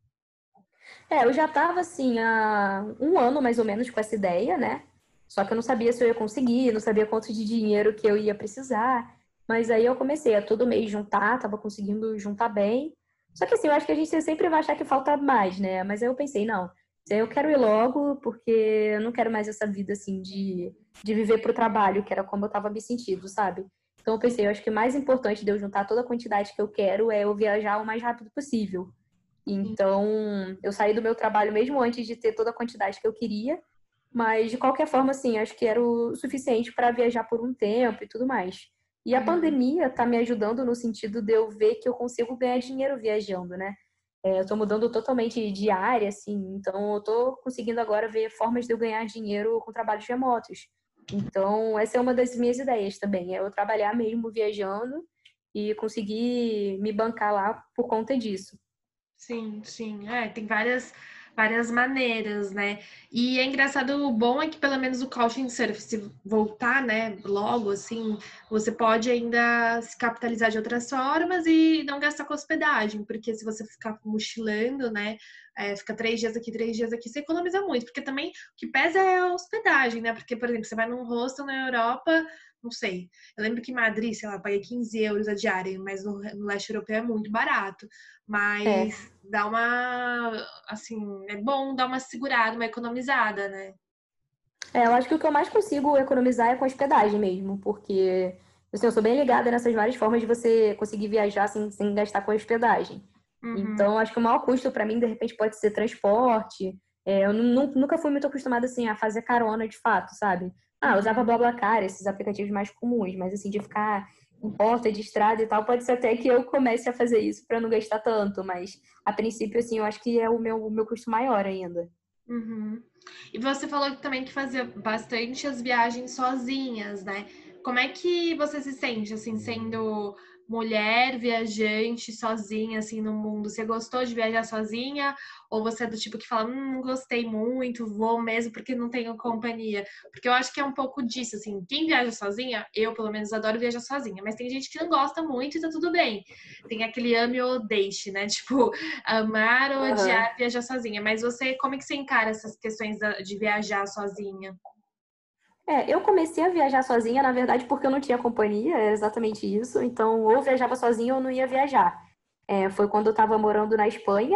Eu já estava assim há um ano mais ou menos com essa ideia, né? Só que eu não sabia se eu ia conseguir, não sabia quanto de dinheiro que eu ia precisar. Mas aí eu comecei a todo mês juntar, tava conseguindo juntar bem. Só que assim, eu acho que a gente sempre vai achar que falta mais, né? Mas aí eu pensei, não, eu quero ir logo, porque eu não quero mais essa vida assim de viver pro trabalho, que era como eu tava me sentindo, sabe? Então eu pensei, eu acho que o mais importante de eu juntar toda a quantidade que eu quero é eu viajar o mais rápido possível. Então, eu saí do meu trabalho mesmo antes de ter toda a quantidade que eu queria, mas de qualquer forma, assim, acho que era o suficiente para viajar por um tempo e tudo mais. E a Uhum. pandemia está me ajudando no sentido de eu ver que eu consigo ganhar dinheiro viajando, né? Eu estou mudando totalmente de área, assim, então eu estou conseguindo agora ver formas de eu ganhar dinheiro com trabalhos remotos. Então, essa é uma das minhas ideias também, é eu trabalhar mesmo viajando e conseguir me bancar lá por conta disso. Sim, sim. Tem várias maneiras, né? E é engraçado, o bom é que pelo menos o Couchsurfing, se voltar, né, logo, assim, você pode ainda se capitalizar de outras formas e não gastar com hospedagem, porque se você ficar mochilando, né, fica 3 dias aqui, 3 dias aqui, você economiza muito, porque também o que pesa é a hospedagem, né? Porque, por exemplo, você vai num hostel na Europa, não sei. Eu lembro que em Madrid, sei lá, eu paguei 15 euros a diária, mas no leste europeu é muito barato. É. Mas dá uma, assim, é bom dar uma segurada, uma economizada, né? Eu acho que o que eu mais consigo economizar é com hospedagem mesmo, porque assim, eu sou bem ligada nessas várias formas de você conseguir viajar sem gastar com hospedagem. Uhum, Então, acho que o maior custo para mim, de repente, pode ser transporte. Eu nunca fui muito acostumada assim, a fazer carona de fato, sabe? Eu usava uhum. BlaBlaCar, esses aplicativos mais comuns, mas assim, de ficar em porta de estrada e tal, pode ser até que eu comece a fazer isso para não gastar tanto, mas a princípio, assim, eu acho que é o meu custo maior ainda. Uhum. E você falou também que fazia bastante as viagens sozinhas, né? Como é que você se sente, assim, sendo mulher, viajante, sozinha, assim, no mundo? Você gostou de viajar sozinha? Ou você é do tipo que fala, não gostei muito, vou mesmo porque não tenho companhia? Porque eu acho que é um pouco disso, assim, quem viaja sozinha, eu pelo menos adoro viajar sozinha, mas tem gente que não gosta muito e tá tudo bem. Tem aquele ame ou deixe, né? Tipo, amar ou Aham. odiar viajar sozinha. Mas você, como é que você encara essas questões de viajar sozinha? Eu comecei a viajar sozinha, na verdade, porque eu não tinha companhia, é exatamente isso. Então, ou viajava sozinha ou não ia viajar. Foi quando eu estava morando na Espanha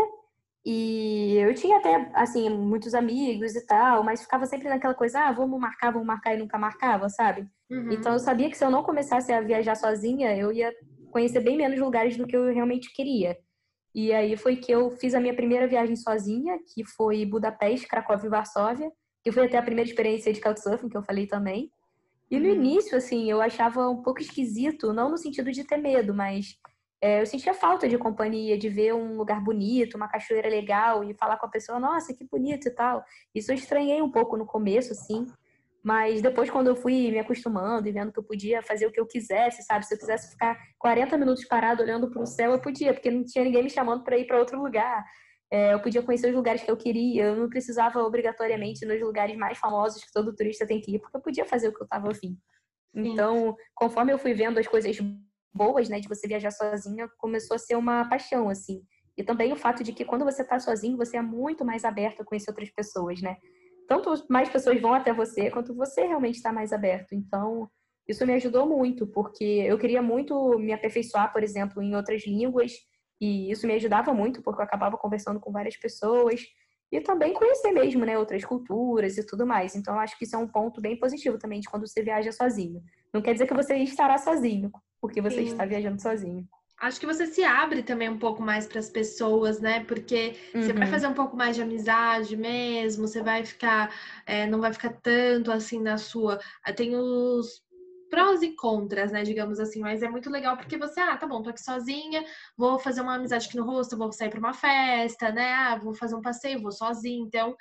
e eu tinha até, assim, muitos amigos e tal, mas ficava sempre naquela coisa, vamos marcar e nunca marcava, sabe? Então, eu Uhum, sabia que se eu não começasse a viajar sozinha, eu ia conhecer bem menos lugares do que eu realmente queria. E aí foi que eu fiz a minha primeira viagem sozinha, que foi Budapeste, Cracóvia e Varsóvia, que foi até a primeira experiência de Couchsurfing, que eu falei também. E no uhum. início, assim, eu achava um pouco esquisito, não no sentido de ter medo, mas eu sentia falta de companhia, de ver um lugar bonito, uma cachoeira legal e falar com a pessoa, nossa, que bonito e tal. Isso eu estranhei um pouco no começo, assim, mas depois, quando eu fui me acostumando e vendo que eu podia fazer o que eu quisesse, sabe? Se eu quisesse ficar 40 minutos parado olhando para o céu, eu podia, porque não tinha ninguém me chamando para ir para outro lugar. Eu podia conhecer os lugares que eu queria, eu não precisava obrigatoriamente ir nos lugares mais famosos que todo turista tem que ir, porque eu podia fazer o que eu estava afim. Sim, Então, conforme eu fui vendo as coisas boas, né, de você viajar sozinha, começou a ser uma paixão, assim. E também o fato de que quando você está sozinho, você é muito mais aberto a conhecer outras pessoas, né? Tanto mais pessoas vão até você, quanto você realmente está mais aberto. Então, isso me ajudou muito, porque eu queria muito me aperfeiçoar, por exemplo, em outras línguas, e isso me ajudava muito, porque eu acabava conversando com várias pessoas, e também conhecer mesmo, né, outras culturas e tudo mais. Então, eu acho que isso é um ponto bem positivo também de quando você viaja sozinho. Não quer dizer que você estará sozinho, porque você está sim. viajando sozinho. Acho que você se abre também um pouco mais para as pessoas, né? Porque você vai Uhum. fazer um pouco mais de amizade mesmo, você vai ficar, não vai ficar tanto assim na sua. Tem os prós e contras, né? Digamos assim, mas é muito legal porque você, tá bom, tô aqui sozinha, vou fazer uma amizade aqui no rosto, vou sair para uma festa, né? Vou fazer um passeio, vou sozinha. Então,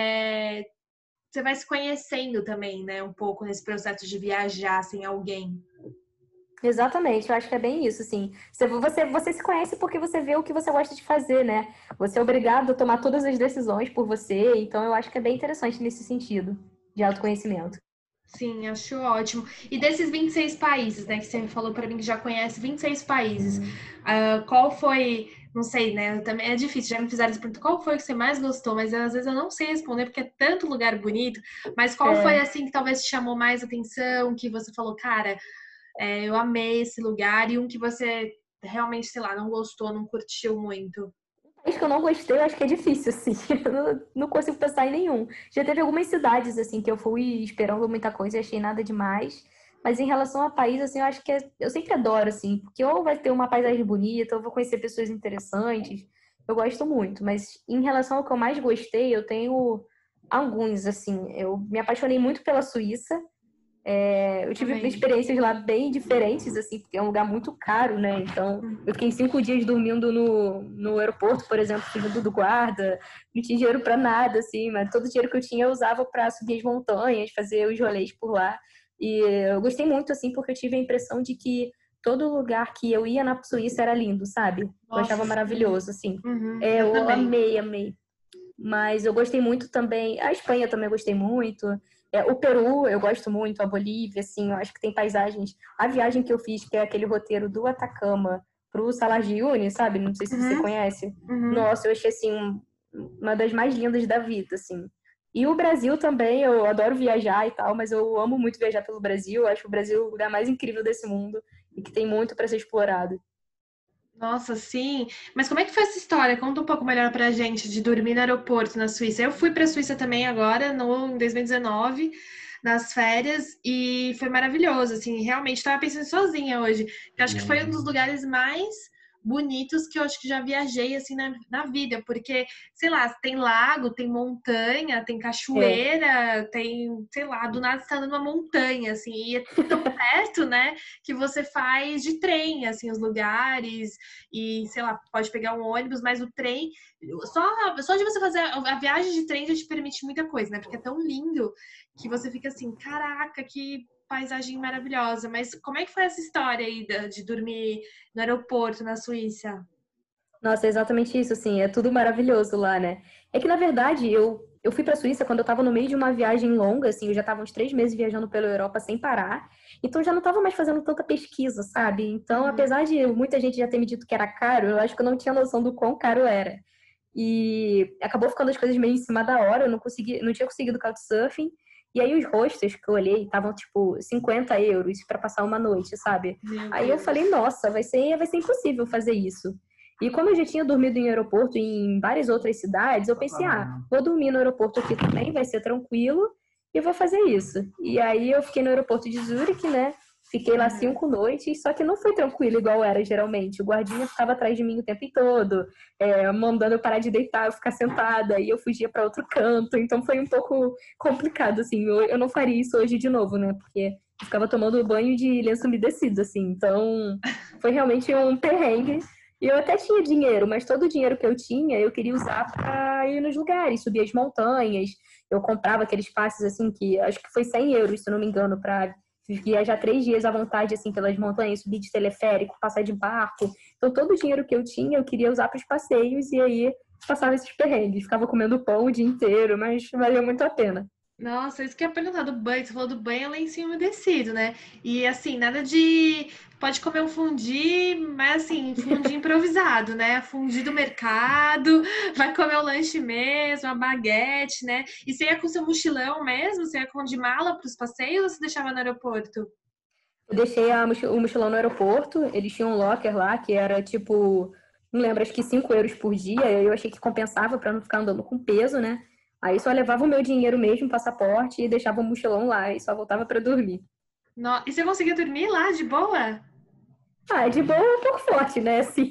é, você vai se conhecendo também, né? Um pouco nesse processo de viajar sem alguém. Exatamente, eu acho que é bem isso, assim. Você se conhece porque você vê o que você gosta de fazer, né? Você é obrigado a tomar todas as decisões por você, então eu acho que é bem interessante nesse sentido de autoconhecimento. Sim, acho ótimo. E desses 26 países, né, que você falou para mim que já conhece 26 países, qual foi, não sei, né, também é difícil, já me fizeram essa pergunta, qual foi que você mais gostou? Mas às vezes eu não sei responder porque é tanto lugar bonito, mas qual foi, É, assim, que talvez te chamou mais atenção, que você falou, cara, eu amei esse lugar, e um que você realmente, sei lá, não gostou, não curtiu muito? país que eu não gostei, eu acho que é difícil, assim. Eu não consigo pensar em nenhum. Já teve algumas cidades, assim, que eu fui esperando muita coisa e achei nada demais. Mas em relação a país, assim, eu acho que eu sempre adoro, assim, porque ou vai ter uma paisagem bonita, ou vou conhecer pessoas interessantes. Eu gosto muito. Mas em relação ao que eu mais gostei, eu tenho alguns, assim. Eu me apaixonei muito pela Suíça. Eu tive Também. experiências lá bem diferentes, assim, porque é um lugar muito caro, né? Então, eu fiquei 5 dias dormindo no aeroporto, por exemplo, fugindo do guarda, não tinha dinheiro para nada, assim, mas todo o dinheiro que eu tinha eu usava para subir as montanhas, fazer os rolês por lá. E eu gostei muito, assim, porque eu tive a impressão de que todo lugar que eu ia na Suíça era lindo, sabe? Eu achava Nossa, sim. maravilhoso, assim. Uhum, eu Eu também. amei, amei. Mas eu gostei muito também. A Espanha também eu gostei muito. O Peru eu gosto muito. A Bolívia, assim, eu acho que tem paisagens. A viagem que eu fiz, que é aquele roteiro do Atacama pro Salar de Uyuni, sabe? Não sei se você Uhum, conhece. uhum. Nossa, eu achei assim uma das mais lindas da vida, assim. E o Brasil também, eu adoro viajar e tal, mas eu amo muito viajar pelo Brasil. Eu acho o Brasil o lugar mais incrível desse mundo e que tem muito para ser explorado. Nossa, sim. Mas como é que foi essa história? Conta um pouco melhor pra gente de dormir no aeroporto na Suíça. Eu fui pra Suíça também agora, no, em 2019, nas férias, e foi maravilhoso, assim, realmente estava pensando sozinha hoje. Eu acho que foi um dos lugares mais bonitos que eu acho que já viajei assim na vida, porque, sei lá, tem lago, tem montanha, tem É, cachoeira, tem, sei lá, do nada você tá numa montanha, assim, e é tão perto, né, que você faz de trem, assim, os lugares, e, sei lá, pode pegar um ônibus, mas o trem, só de você fazer a viagem de trem já te permite muita coisa, né, porque é tão lindo que você fica assim, caraca, que paisagem maravilhosa. Mas como é que foi essa história aí de dormir no aeroporto na Suíça? nossa, é exatamente isso, assim, é tudo maravilhoso lá, né? É que, na verdade, eu fui pra Suíça quando eu tava no meio de uma viagem longa, assim, eu já tava uns 3 meses viajando pela Europa sem parar, então eu já não tava mais fazendo tanta pesquisa, sabe? Então, Uhum. apesar de muita gente já ter me dito que era caro, eu acho que eu não tinha noção do quão caro era. E acabou ficando as coisas meio em cima da hora, eu não consegui, não tinha conseguido Couchsurfing, e aí os hostels que eu olhei estavam, tipo, 50 euros pra passar uma noite, sabe? Meu Aí eu Deus. falei, nossa, vai ser impossível fazer isso. E como eu já tinha dormido em aeroporto em várias outras cidades, eu pensei, vou dormir no aeroporto aqui também, vai ser tranquilo, e vou fazer isso. E aí eu fiquei no aeroporto de Zurique, né? Fiquei lá Uhum. 5 noites, só que não foi tranquilo igual era geralmente. O guardinha ficava atrás de mim o tempo todo, mandando eu parar de deitar, eu ficar sentada, e eu fugia para outro canto. Então foi um pouco complicado, assim. Eu não faria isso hoje de novo, né? Porque eu ficava tomando banho de lenço umedecido, assim. Então foi realmente um perrengue. E eu até tinha dinheiro, mas todo o dinheiro que eu tinha eu queria usar para ir nos lugares, subir as montanhas. Eu comprava aqueles passes assim que acho que foi 100 euros, se não me engano, para viajar 3 dias à vontade assim pelas montanhas, subir de teleférico, passar de barco. Então todo o dinheiro que eu tinha eu queria usar para os passeios e aí passava esses perrengues, ficava comendo pão o dia inteiro, mas valeu muito a pena. Nossa, isso que eu ia perguntar do banho. Você falou do banho é lencinho umedecido, né? E assim, nada de. Pode comer um fundi, mas assim, fundi improvisado, né? Fundi do mercado, vai comer o lanche mesmo, a baguete, né? E você ia com seu mochilão mesmo? Você ia com de mala para os passeios ou você deixava no aeroporto? Eu deixei o mochilão no aeroporto, eles tinham um locker lá que era tipo, não lembro, acho que 5 euros por dia. Eu achei que compensava para não ficar andando com peso, né? Aí só levava o meu dinheiro mesmo, passaporte, e deixava o mochilão lá e só voltava para dormir. E você conseguiu dormir lá de boa? Ah, de boa é um pouco forte, né? Assim,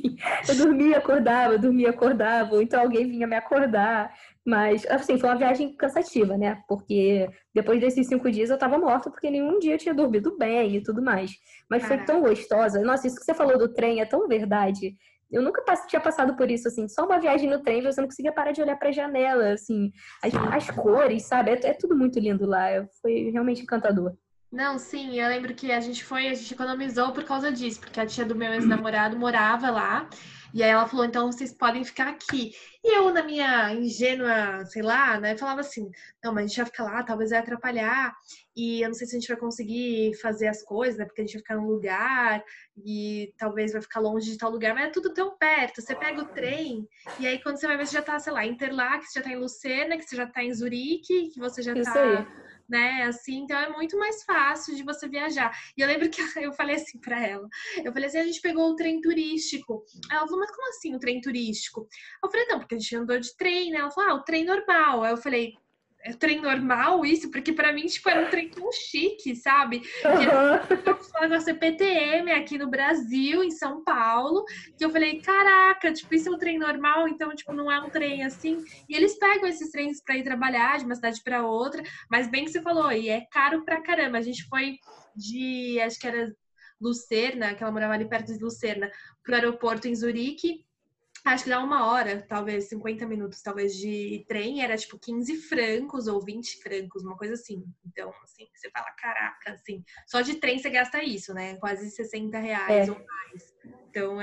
eu dormia, acordava, ou então alguém vinha me acordar. Mas, assim, foi uma viagem cansativa, né? Porque depois desses 5 dias eu tava morta, porque nenhum dia eu tinha dormido bem e tudo mais. Mas foi tão Caraca. gostosa. Nossa, isso que você falou do trem é tão verdade. Eu nunca tinha passado por isso, assim. Só uma viagem no trem, você não conseguia parar de olhar pra janela, assim. As cores, sabe? É tudo muito lindo lá. Foi realmente encantador. Não, sim, eu lembro que a gente economizou por causa disso, porque a tia do meu ex-namorado morava lá, e aí ela falou, então vocês podem ficar aqui. E eu, na minha ingênua, sei lá, né, falava assim, não, mas a gente vai ficar lá, talvez vai atrapalhar, e eu não sei se a gente vai conseguir fazer as coisas, né, porque a gente vai ficar num lugar, e talvez vai ficar longe de tal lugar, mas é tudo tão perto, você pega o trem, e aí quando você vai ver, você já tá, sei lá, em Interlagos, você já tá em Lucena, que você já tá em Zurique, que você já Isso tá, aí. né? Assim, então é muito mais fácil de você viajar. E eu lembro que eu falei assim para ela, eu falei assim, a gente pegou o trem turístico. Aí ela falou, mas como assim o trem turístico? Eu falei, não, porque a gente andou de trem, né? Ela falou, o trem normal. Aí eu falei, é trem normal isso? Porque para mim, tipo, era um trem tão chique, sabe? Que Aham. tô acostumada a ser PTM aqui no Brasil, em São Paulo, que eu falei, caraca, tipo, isso é um trem normal, então, tipo, não é um trem assim. E eles pegam esses trens para ir trabalhar de uma cidade para outra, mas bem que você falou, e é caro pra caramba. A gente foi de, acho que era Lucerna, que ela morava ali perto de Lucerna, pro aeroporto em Zurique. Acho que dá 1 hora, talvez 50 minutos, talvez, de trem, era tipo 15 francos ou 20 francos, uma coisa assim. Então, assim, você fala, caraca, assim, só de trem você gasta isso, né? Quase 60 reais ou É. mais. Então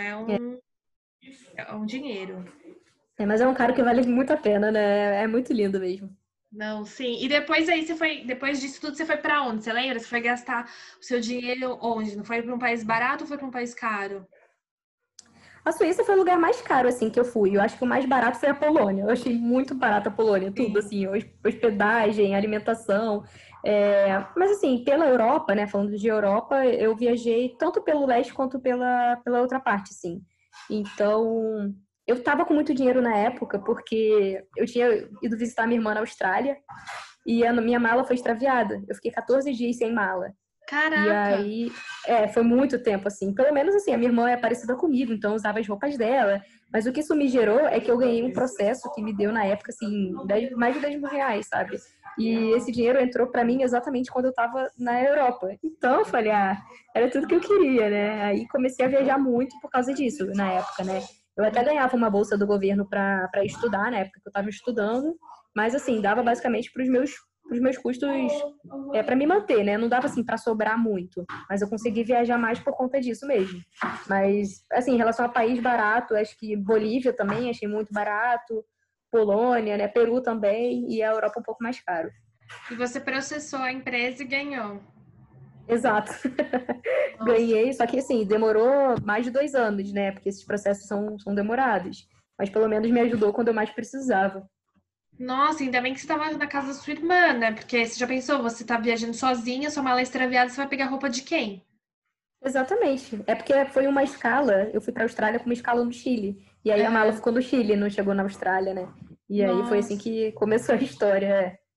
é um dinheiro. Mas é um cara que vale muito a pena, né? É muito lindo mesmo. Não, sim. E depois aí você foi, depois disso tudo, você foi pra onde? Você lembra? Você foi gastar o seu dinheiro onde? Não foi para um país barato ou foi para um país caro? A Suíça foi o lugar mais caro, assim, que eu fui. Eu acho que o mais barato foi a Polônia. Eu achei muito barato a Polônia, tudo, Sim. assim, hospedagem, alimentação. Mas, assim, pela Europa, né, falando de Europa, eu viajei tanto pelo leste quanto pela outra parte, assim. Então, eu tava com muito dinheiro na época, porque eu tinha ido visitar minha irmã na Austrália e a minha mala foi extraviada. Eu fiquei 14 dias sem mala. E Caraca! aí, foi muito tempo, assim. Pelo menos, assim, a minha irmã é parecida comigo, então eu usava as roupas dela. Mas o que isso me gerou é que eu ganhei um processo que me deu, na época, assim, mais de 10 mil reais, sabe? E esse Nossa. dinheiro entrou pra mim exatamente quando eu tava na Europa. Então, eu falei, era tudo que eu queria, né? Aí comecei a viajar muito por causa disso, na época, né? Eu até ganhava uma bolsa do governo para estudar, na época que eu estava estudando, mas assim, dava basicamente para os meus custos, para me manter, né? Não dava assim para sobrar muito, mas eu consegui viajar mais por conta disso mesmo. Mas assim, em relação a país barato, acho que Bolívia também achei muito barato, Polônia, né? Peru também e a Europa um pouco mais caro. E você processou a empresa e ganhou. Exato. Nossa. Ganhei, só que assim, demorou mais de 2 anos, né? Porque esses processos são demorados. Mas pelo menos me ajudou quando eu mais precisava. Nossa, ainda bem que você estava na casa da sua irmã, né? Porque você já pensou, você tá viajando sozinha, sua mala é extraviada, você vai pegar roupa de quem? Exatamente. É porque foi uma escala. Eu fui para a Austrália com uma escala no Chile. E aí a mala Aham. ficou no Chile, não chegou na Austrália, né? E aí foi assim Nossa. que começou a história.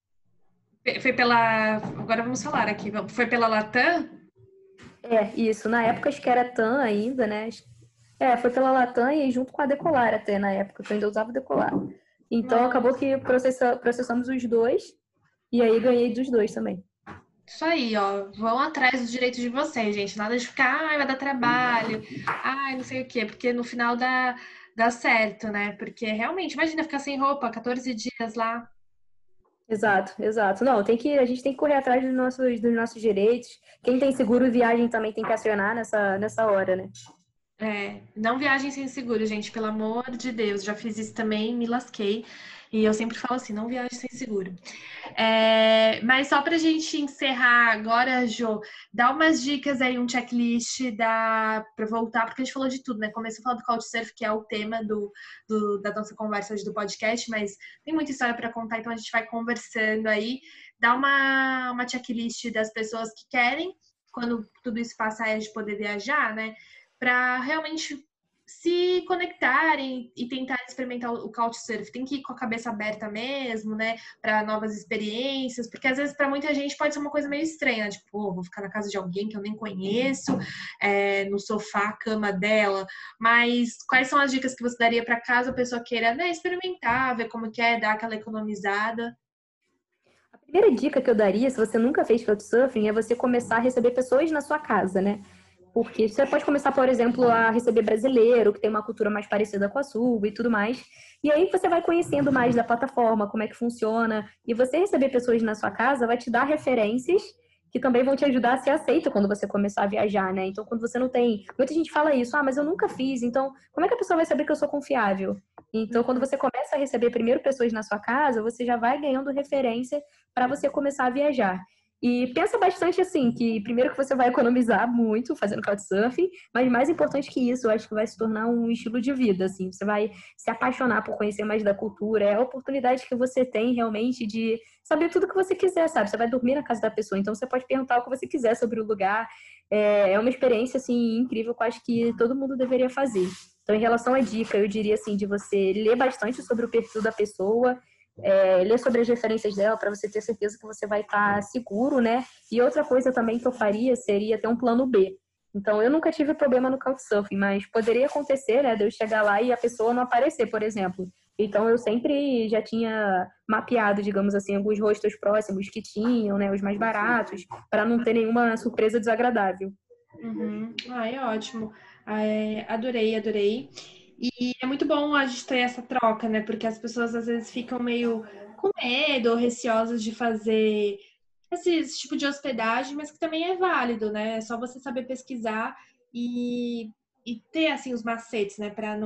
Foi pela. Agora vamos falar aqui. Foi pela Latam? Isso. Na época acho que era TAM ainda, né? Foi pela Latam e junto com a Decolar até na época, que eu ainda usava Decolar. Então acabou Nossa. que processamos os dois. E aí ganhei dos dois também. Isso aí, ó. Vão atrás do direito de vocês, gente. Nada de ficar, ai, vai dar trabalho, ai, não sei o quê, porque no final dá certo, né? Porque realmente, imagina ficar sem roupa 14 dias lá. Exato, exato. Não, a gente tem que correr atrás dos nossos direitos. Quem tem seguro viagem também tem que acionar nessa hora, né? É, não viagem sem seguro, gente, pelo amor de Deus. Já fiz isso também, me lasquei. E eu sempre falo assim, não viaje sem seguro. Mas só pra gente encerrar agora, Jô, dá umas dicas aí, um checklist pra voltar, porque a gente falou de tudo, né? Começou a falar do Couchsurf, que é o tema da nossa conversa hoje do podcast, mas tem muita história para contar, então a gente vai conversando aí. Dá uma checklist das pessoas que querem, quando tudo isso passar, a gente poder viajar, né? Para realmente se conectarem e tentar experimentar o Couchsurf. Tem que ir com a cabeça aberta mesmo, né? Para novas experiências, porque às vezes para muita gente pode ser uma coisa meio estranha, tipo, vou ficar na casa de alguém que eu nem conheço, no sofá, cama dela. Mas quais são as dicas que você daria para caso a pessoa queira, né, experimentar, ver como que é, dar aquela economizada? A primeira dica que eu daria, se você nunca fez Couchsurfing, é você começar a receber pessoas na sua casa, né? Porque você pode começar, por exemplo, a receber brasileiro, que tem uma cultura mais parecida com a sua e tudo mais. E aí você vai conhecendo mais da plataforma, como é que funciona. E você receber pessoas na sua casa vai te dar referências que também vão te ajudar a ser aceita quando você começar a viajar, né? Então, quando você não tem. Muita gente fala isso, mas eu nunca fiz, então como é que a pessoa vai saber que eu sou confiável? Então, quando você começa a receber primeiro pessoas na sua casa, você já vai ganhando referência para você começar a viajar. E pensa bastante assim, que primeiro que você vai economizar muito fazendo couchsurfing, mas mais importante que isso, eu acho que vai se tornar um estilo de vida, assim. Você vai se apaixonar por conhecer mais da cultura, é a oportunidade que você tem realmente de saber tudo que você quiser, sabe? Você vai dormir na casa da pessoa, então você pode perguntar o que você quiser sobre o lugar. É uma experiência, assim, incrível que eu acho que todo mundo deveria fazer. Então, em relação à dica, eu diria assim, de você ler bastante sobre o perfil da pessoa, ler sobre as referências dela para você ter certeza que você vai estar seguro, né? E outra coisa também que eu faria seria ter um plano B. Então, eu nunca tive problema no Couchsurfing, mas poderia acontecer, né, de eu chegar lá e a pessoa não aparecer, por exemplo. Então, eu sempre já tinha mapeado, digamos assim, alguns hostels próximos que tinham, né, os mais baratos, para não ter nenhuma surpresa desagradável. Uhum. Ai, ótimo. Adorei, adorei. E é muito bom a gente ter essa troca, né? Porque as pessoas às vezes ficam meio com medo ou receosas de fazer esse tipo de hospedagem, mas que também é válido, né? É só você saber pesquisar e, e ter assim os macetes, né? Para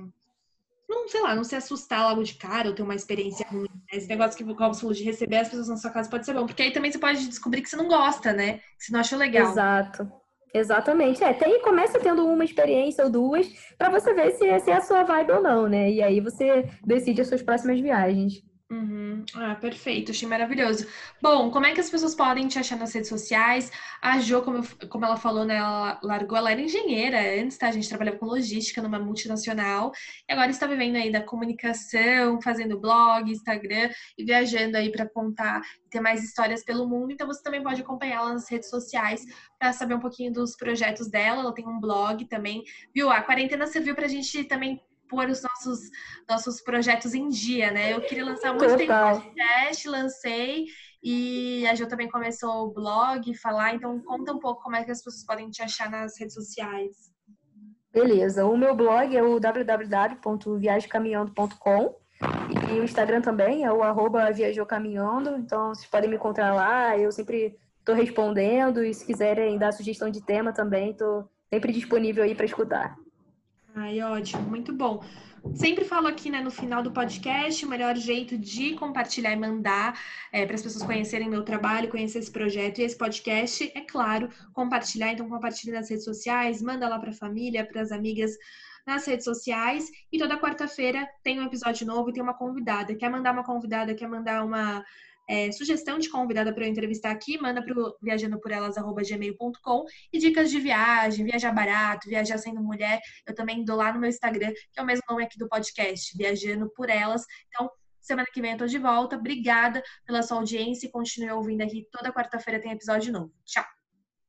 não, sei lá, não se assustar logo de cara ou ter uma experiência ruim, né? Esse negócio que, como você falou, de receber as pessoas na sua casa pode ser bom, porque aí também você pode descobrir que você não gosta, né? Que você não achou legal. Exato. Exatamente. Começa tendo uma experiência ou duas para você ver se é a sua vibe ou não, né? E aí você decide as suas próximas viagens. Uhum. Ah, perfeito, achei maravilhoso. Bom, como é que as pessoas podem te achar nas redes sociais? A Jo, como ela falou, né, ela largou, ela era engenheira antes, tá? A gente trabalhava com logística numa multinacional e agora está vivendo aí da comunicação, fazendo blog, Instagram e viajando aí para contar e ter mais histórias pelo mundo. Então você também pode acompanhá-la nas redes sociais para saber um pouquinho dos projetos dela. Ela tem um blog também, viu? A quarentena serviu para a gente também pôr os nossos projetos em dia, né? Eu queria lançar há muito tempo o Total. podcast, lancei, e a Jo também começou o blog, falar, então conta um pouco como é que as pessoas podem te achar nas redes sociais. Beleza. O meu blog é o www.viagemcaminhando.com e o Instagram também é o @viajocaminhando. Então, vocês podem me encontrar lá. Eu sempre estou respondendo e se quiserem dar sugestão de tema também, estou sempre disponível aí para escutar. Ai, ótimo, muito bom. Sempre falo aqui, né, no final do podcast, o melhor jeito de compartilhar e mandar para as pessoas conhecerem meu trabalho, conhecer esse projeto e esse podcast, é claro, compartilhar. Então, compartilhe nas redes sociais, manda lá para a família, para as amigas nas redes sociais. E toda quarta-feira tem um episódio novo e tem uma convidada. Quer mandar uma convidada, quer mandar uma sugestão de convidada para eu entrevistar aqui, manda para o viajandoporelas@gmail.com e dicas de viagem, viajar barato, viajar sendo mulher. Eu também dou lá no meu Instagram, que é o mesmo nome aqui do podcast, Viajando por Elas. Então, semana que vem eu tô de volta. Obrigada pela sua audiência e continue ouvindo aqui. Toda quarta-feira tem episódio novo. Tchau!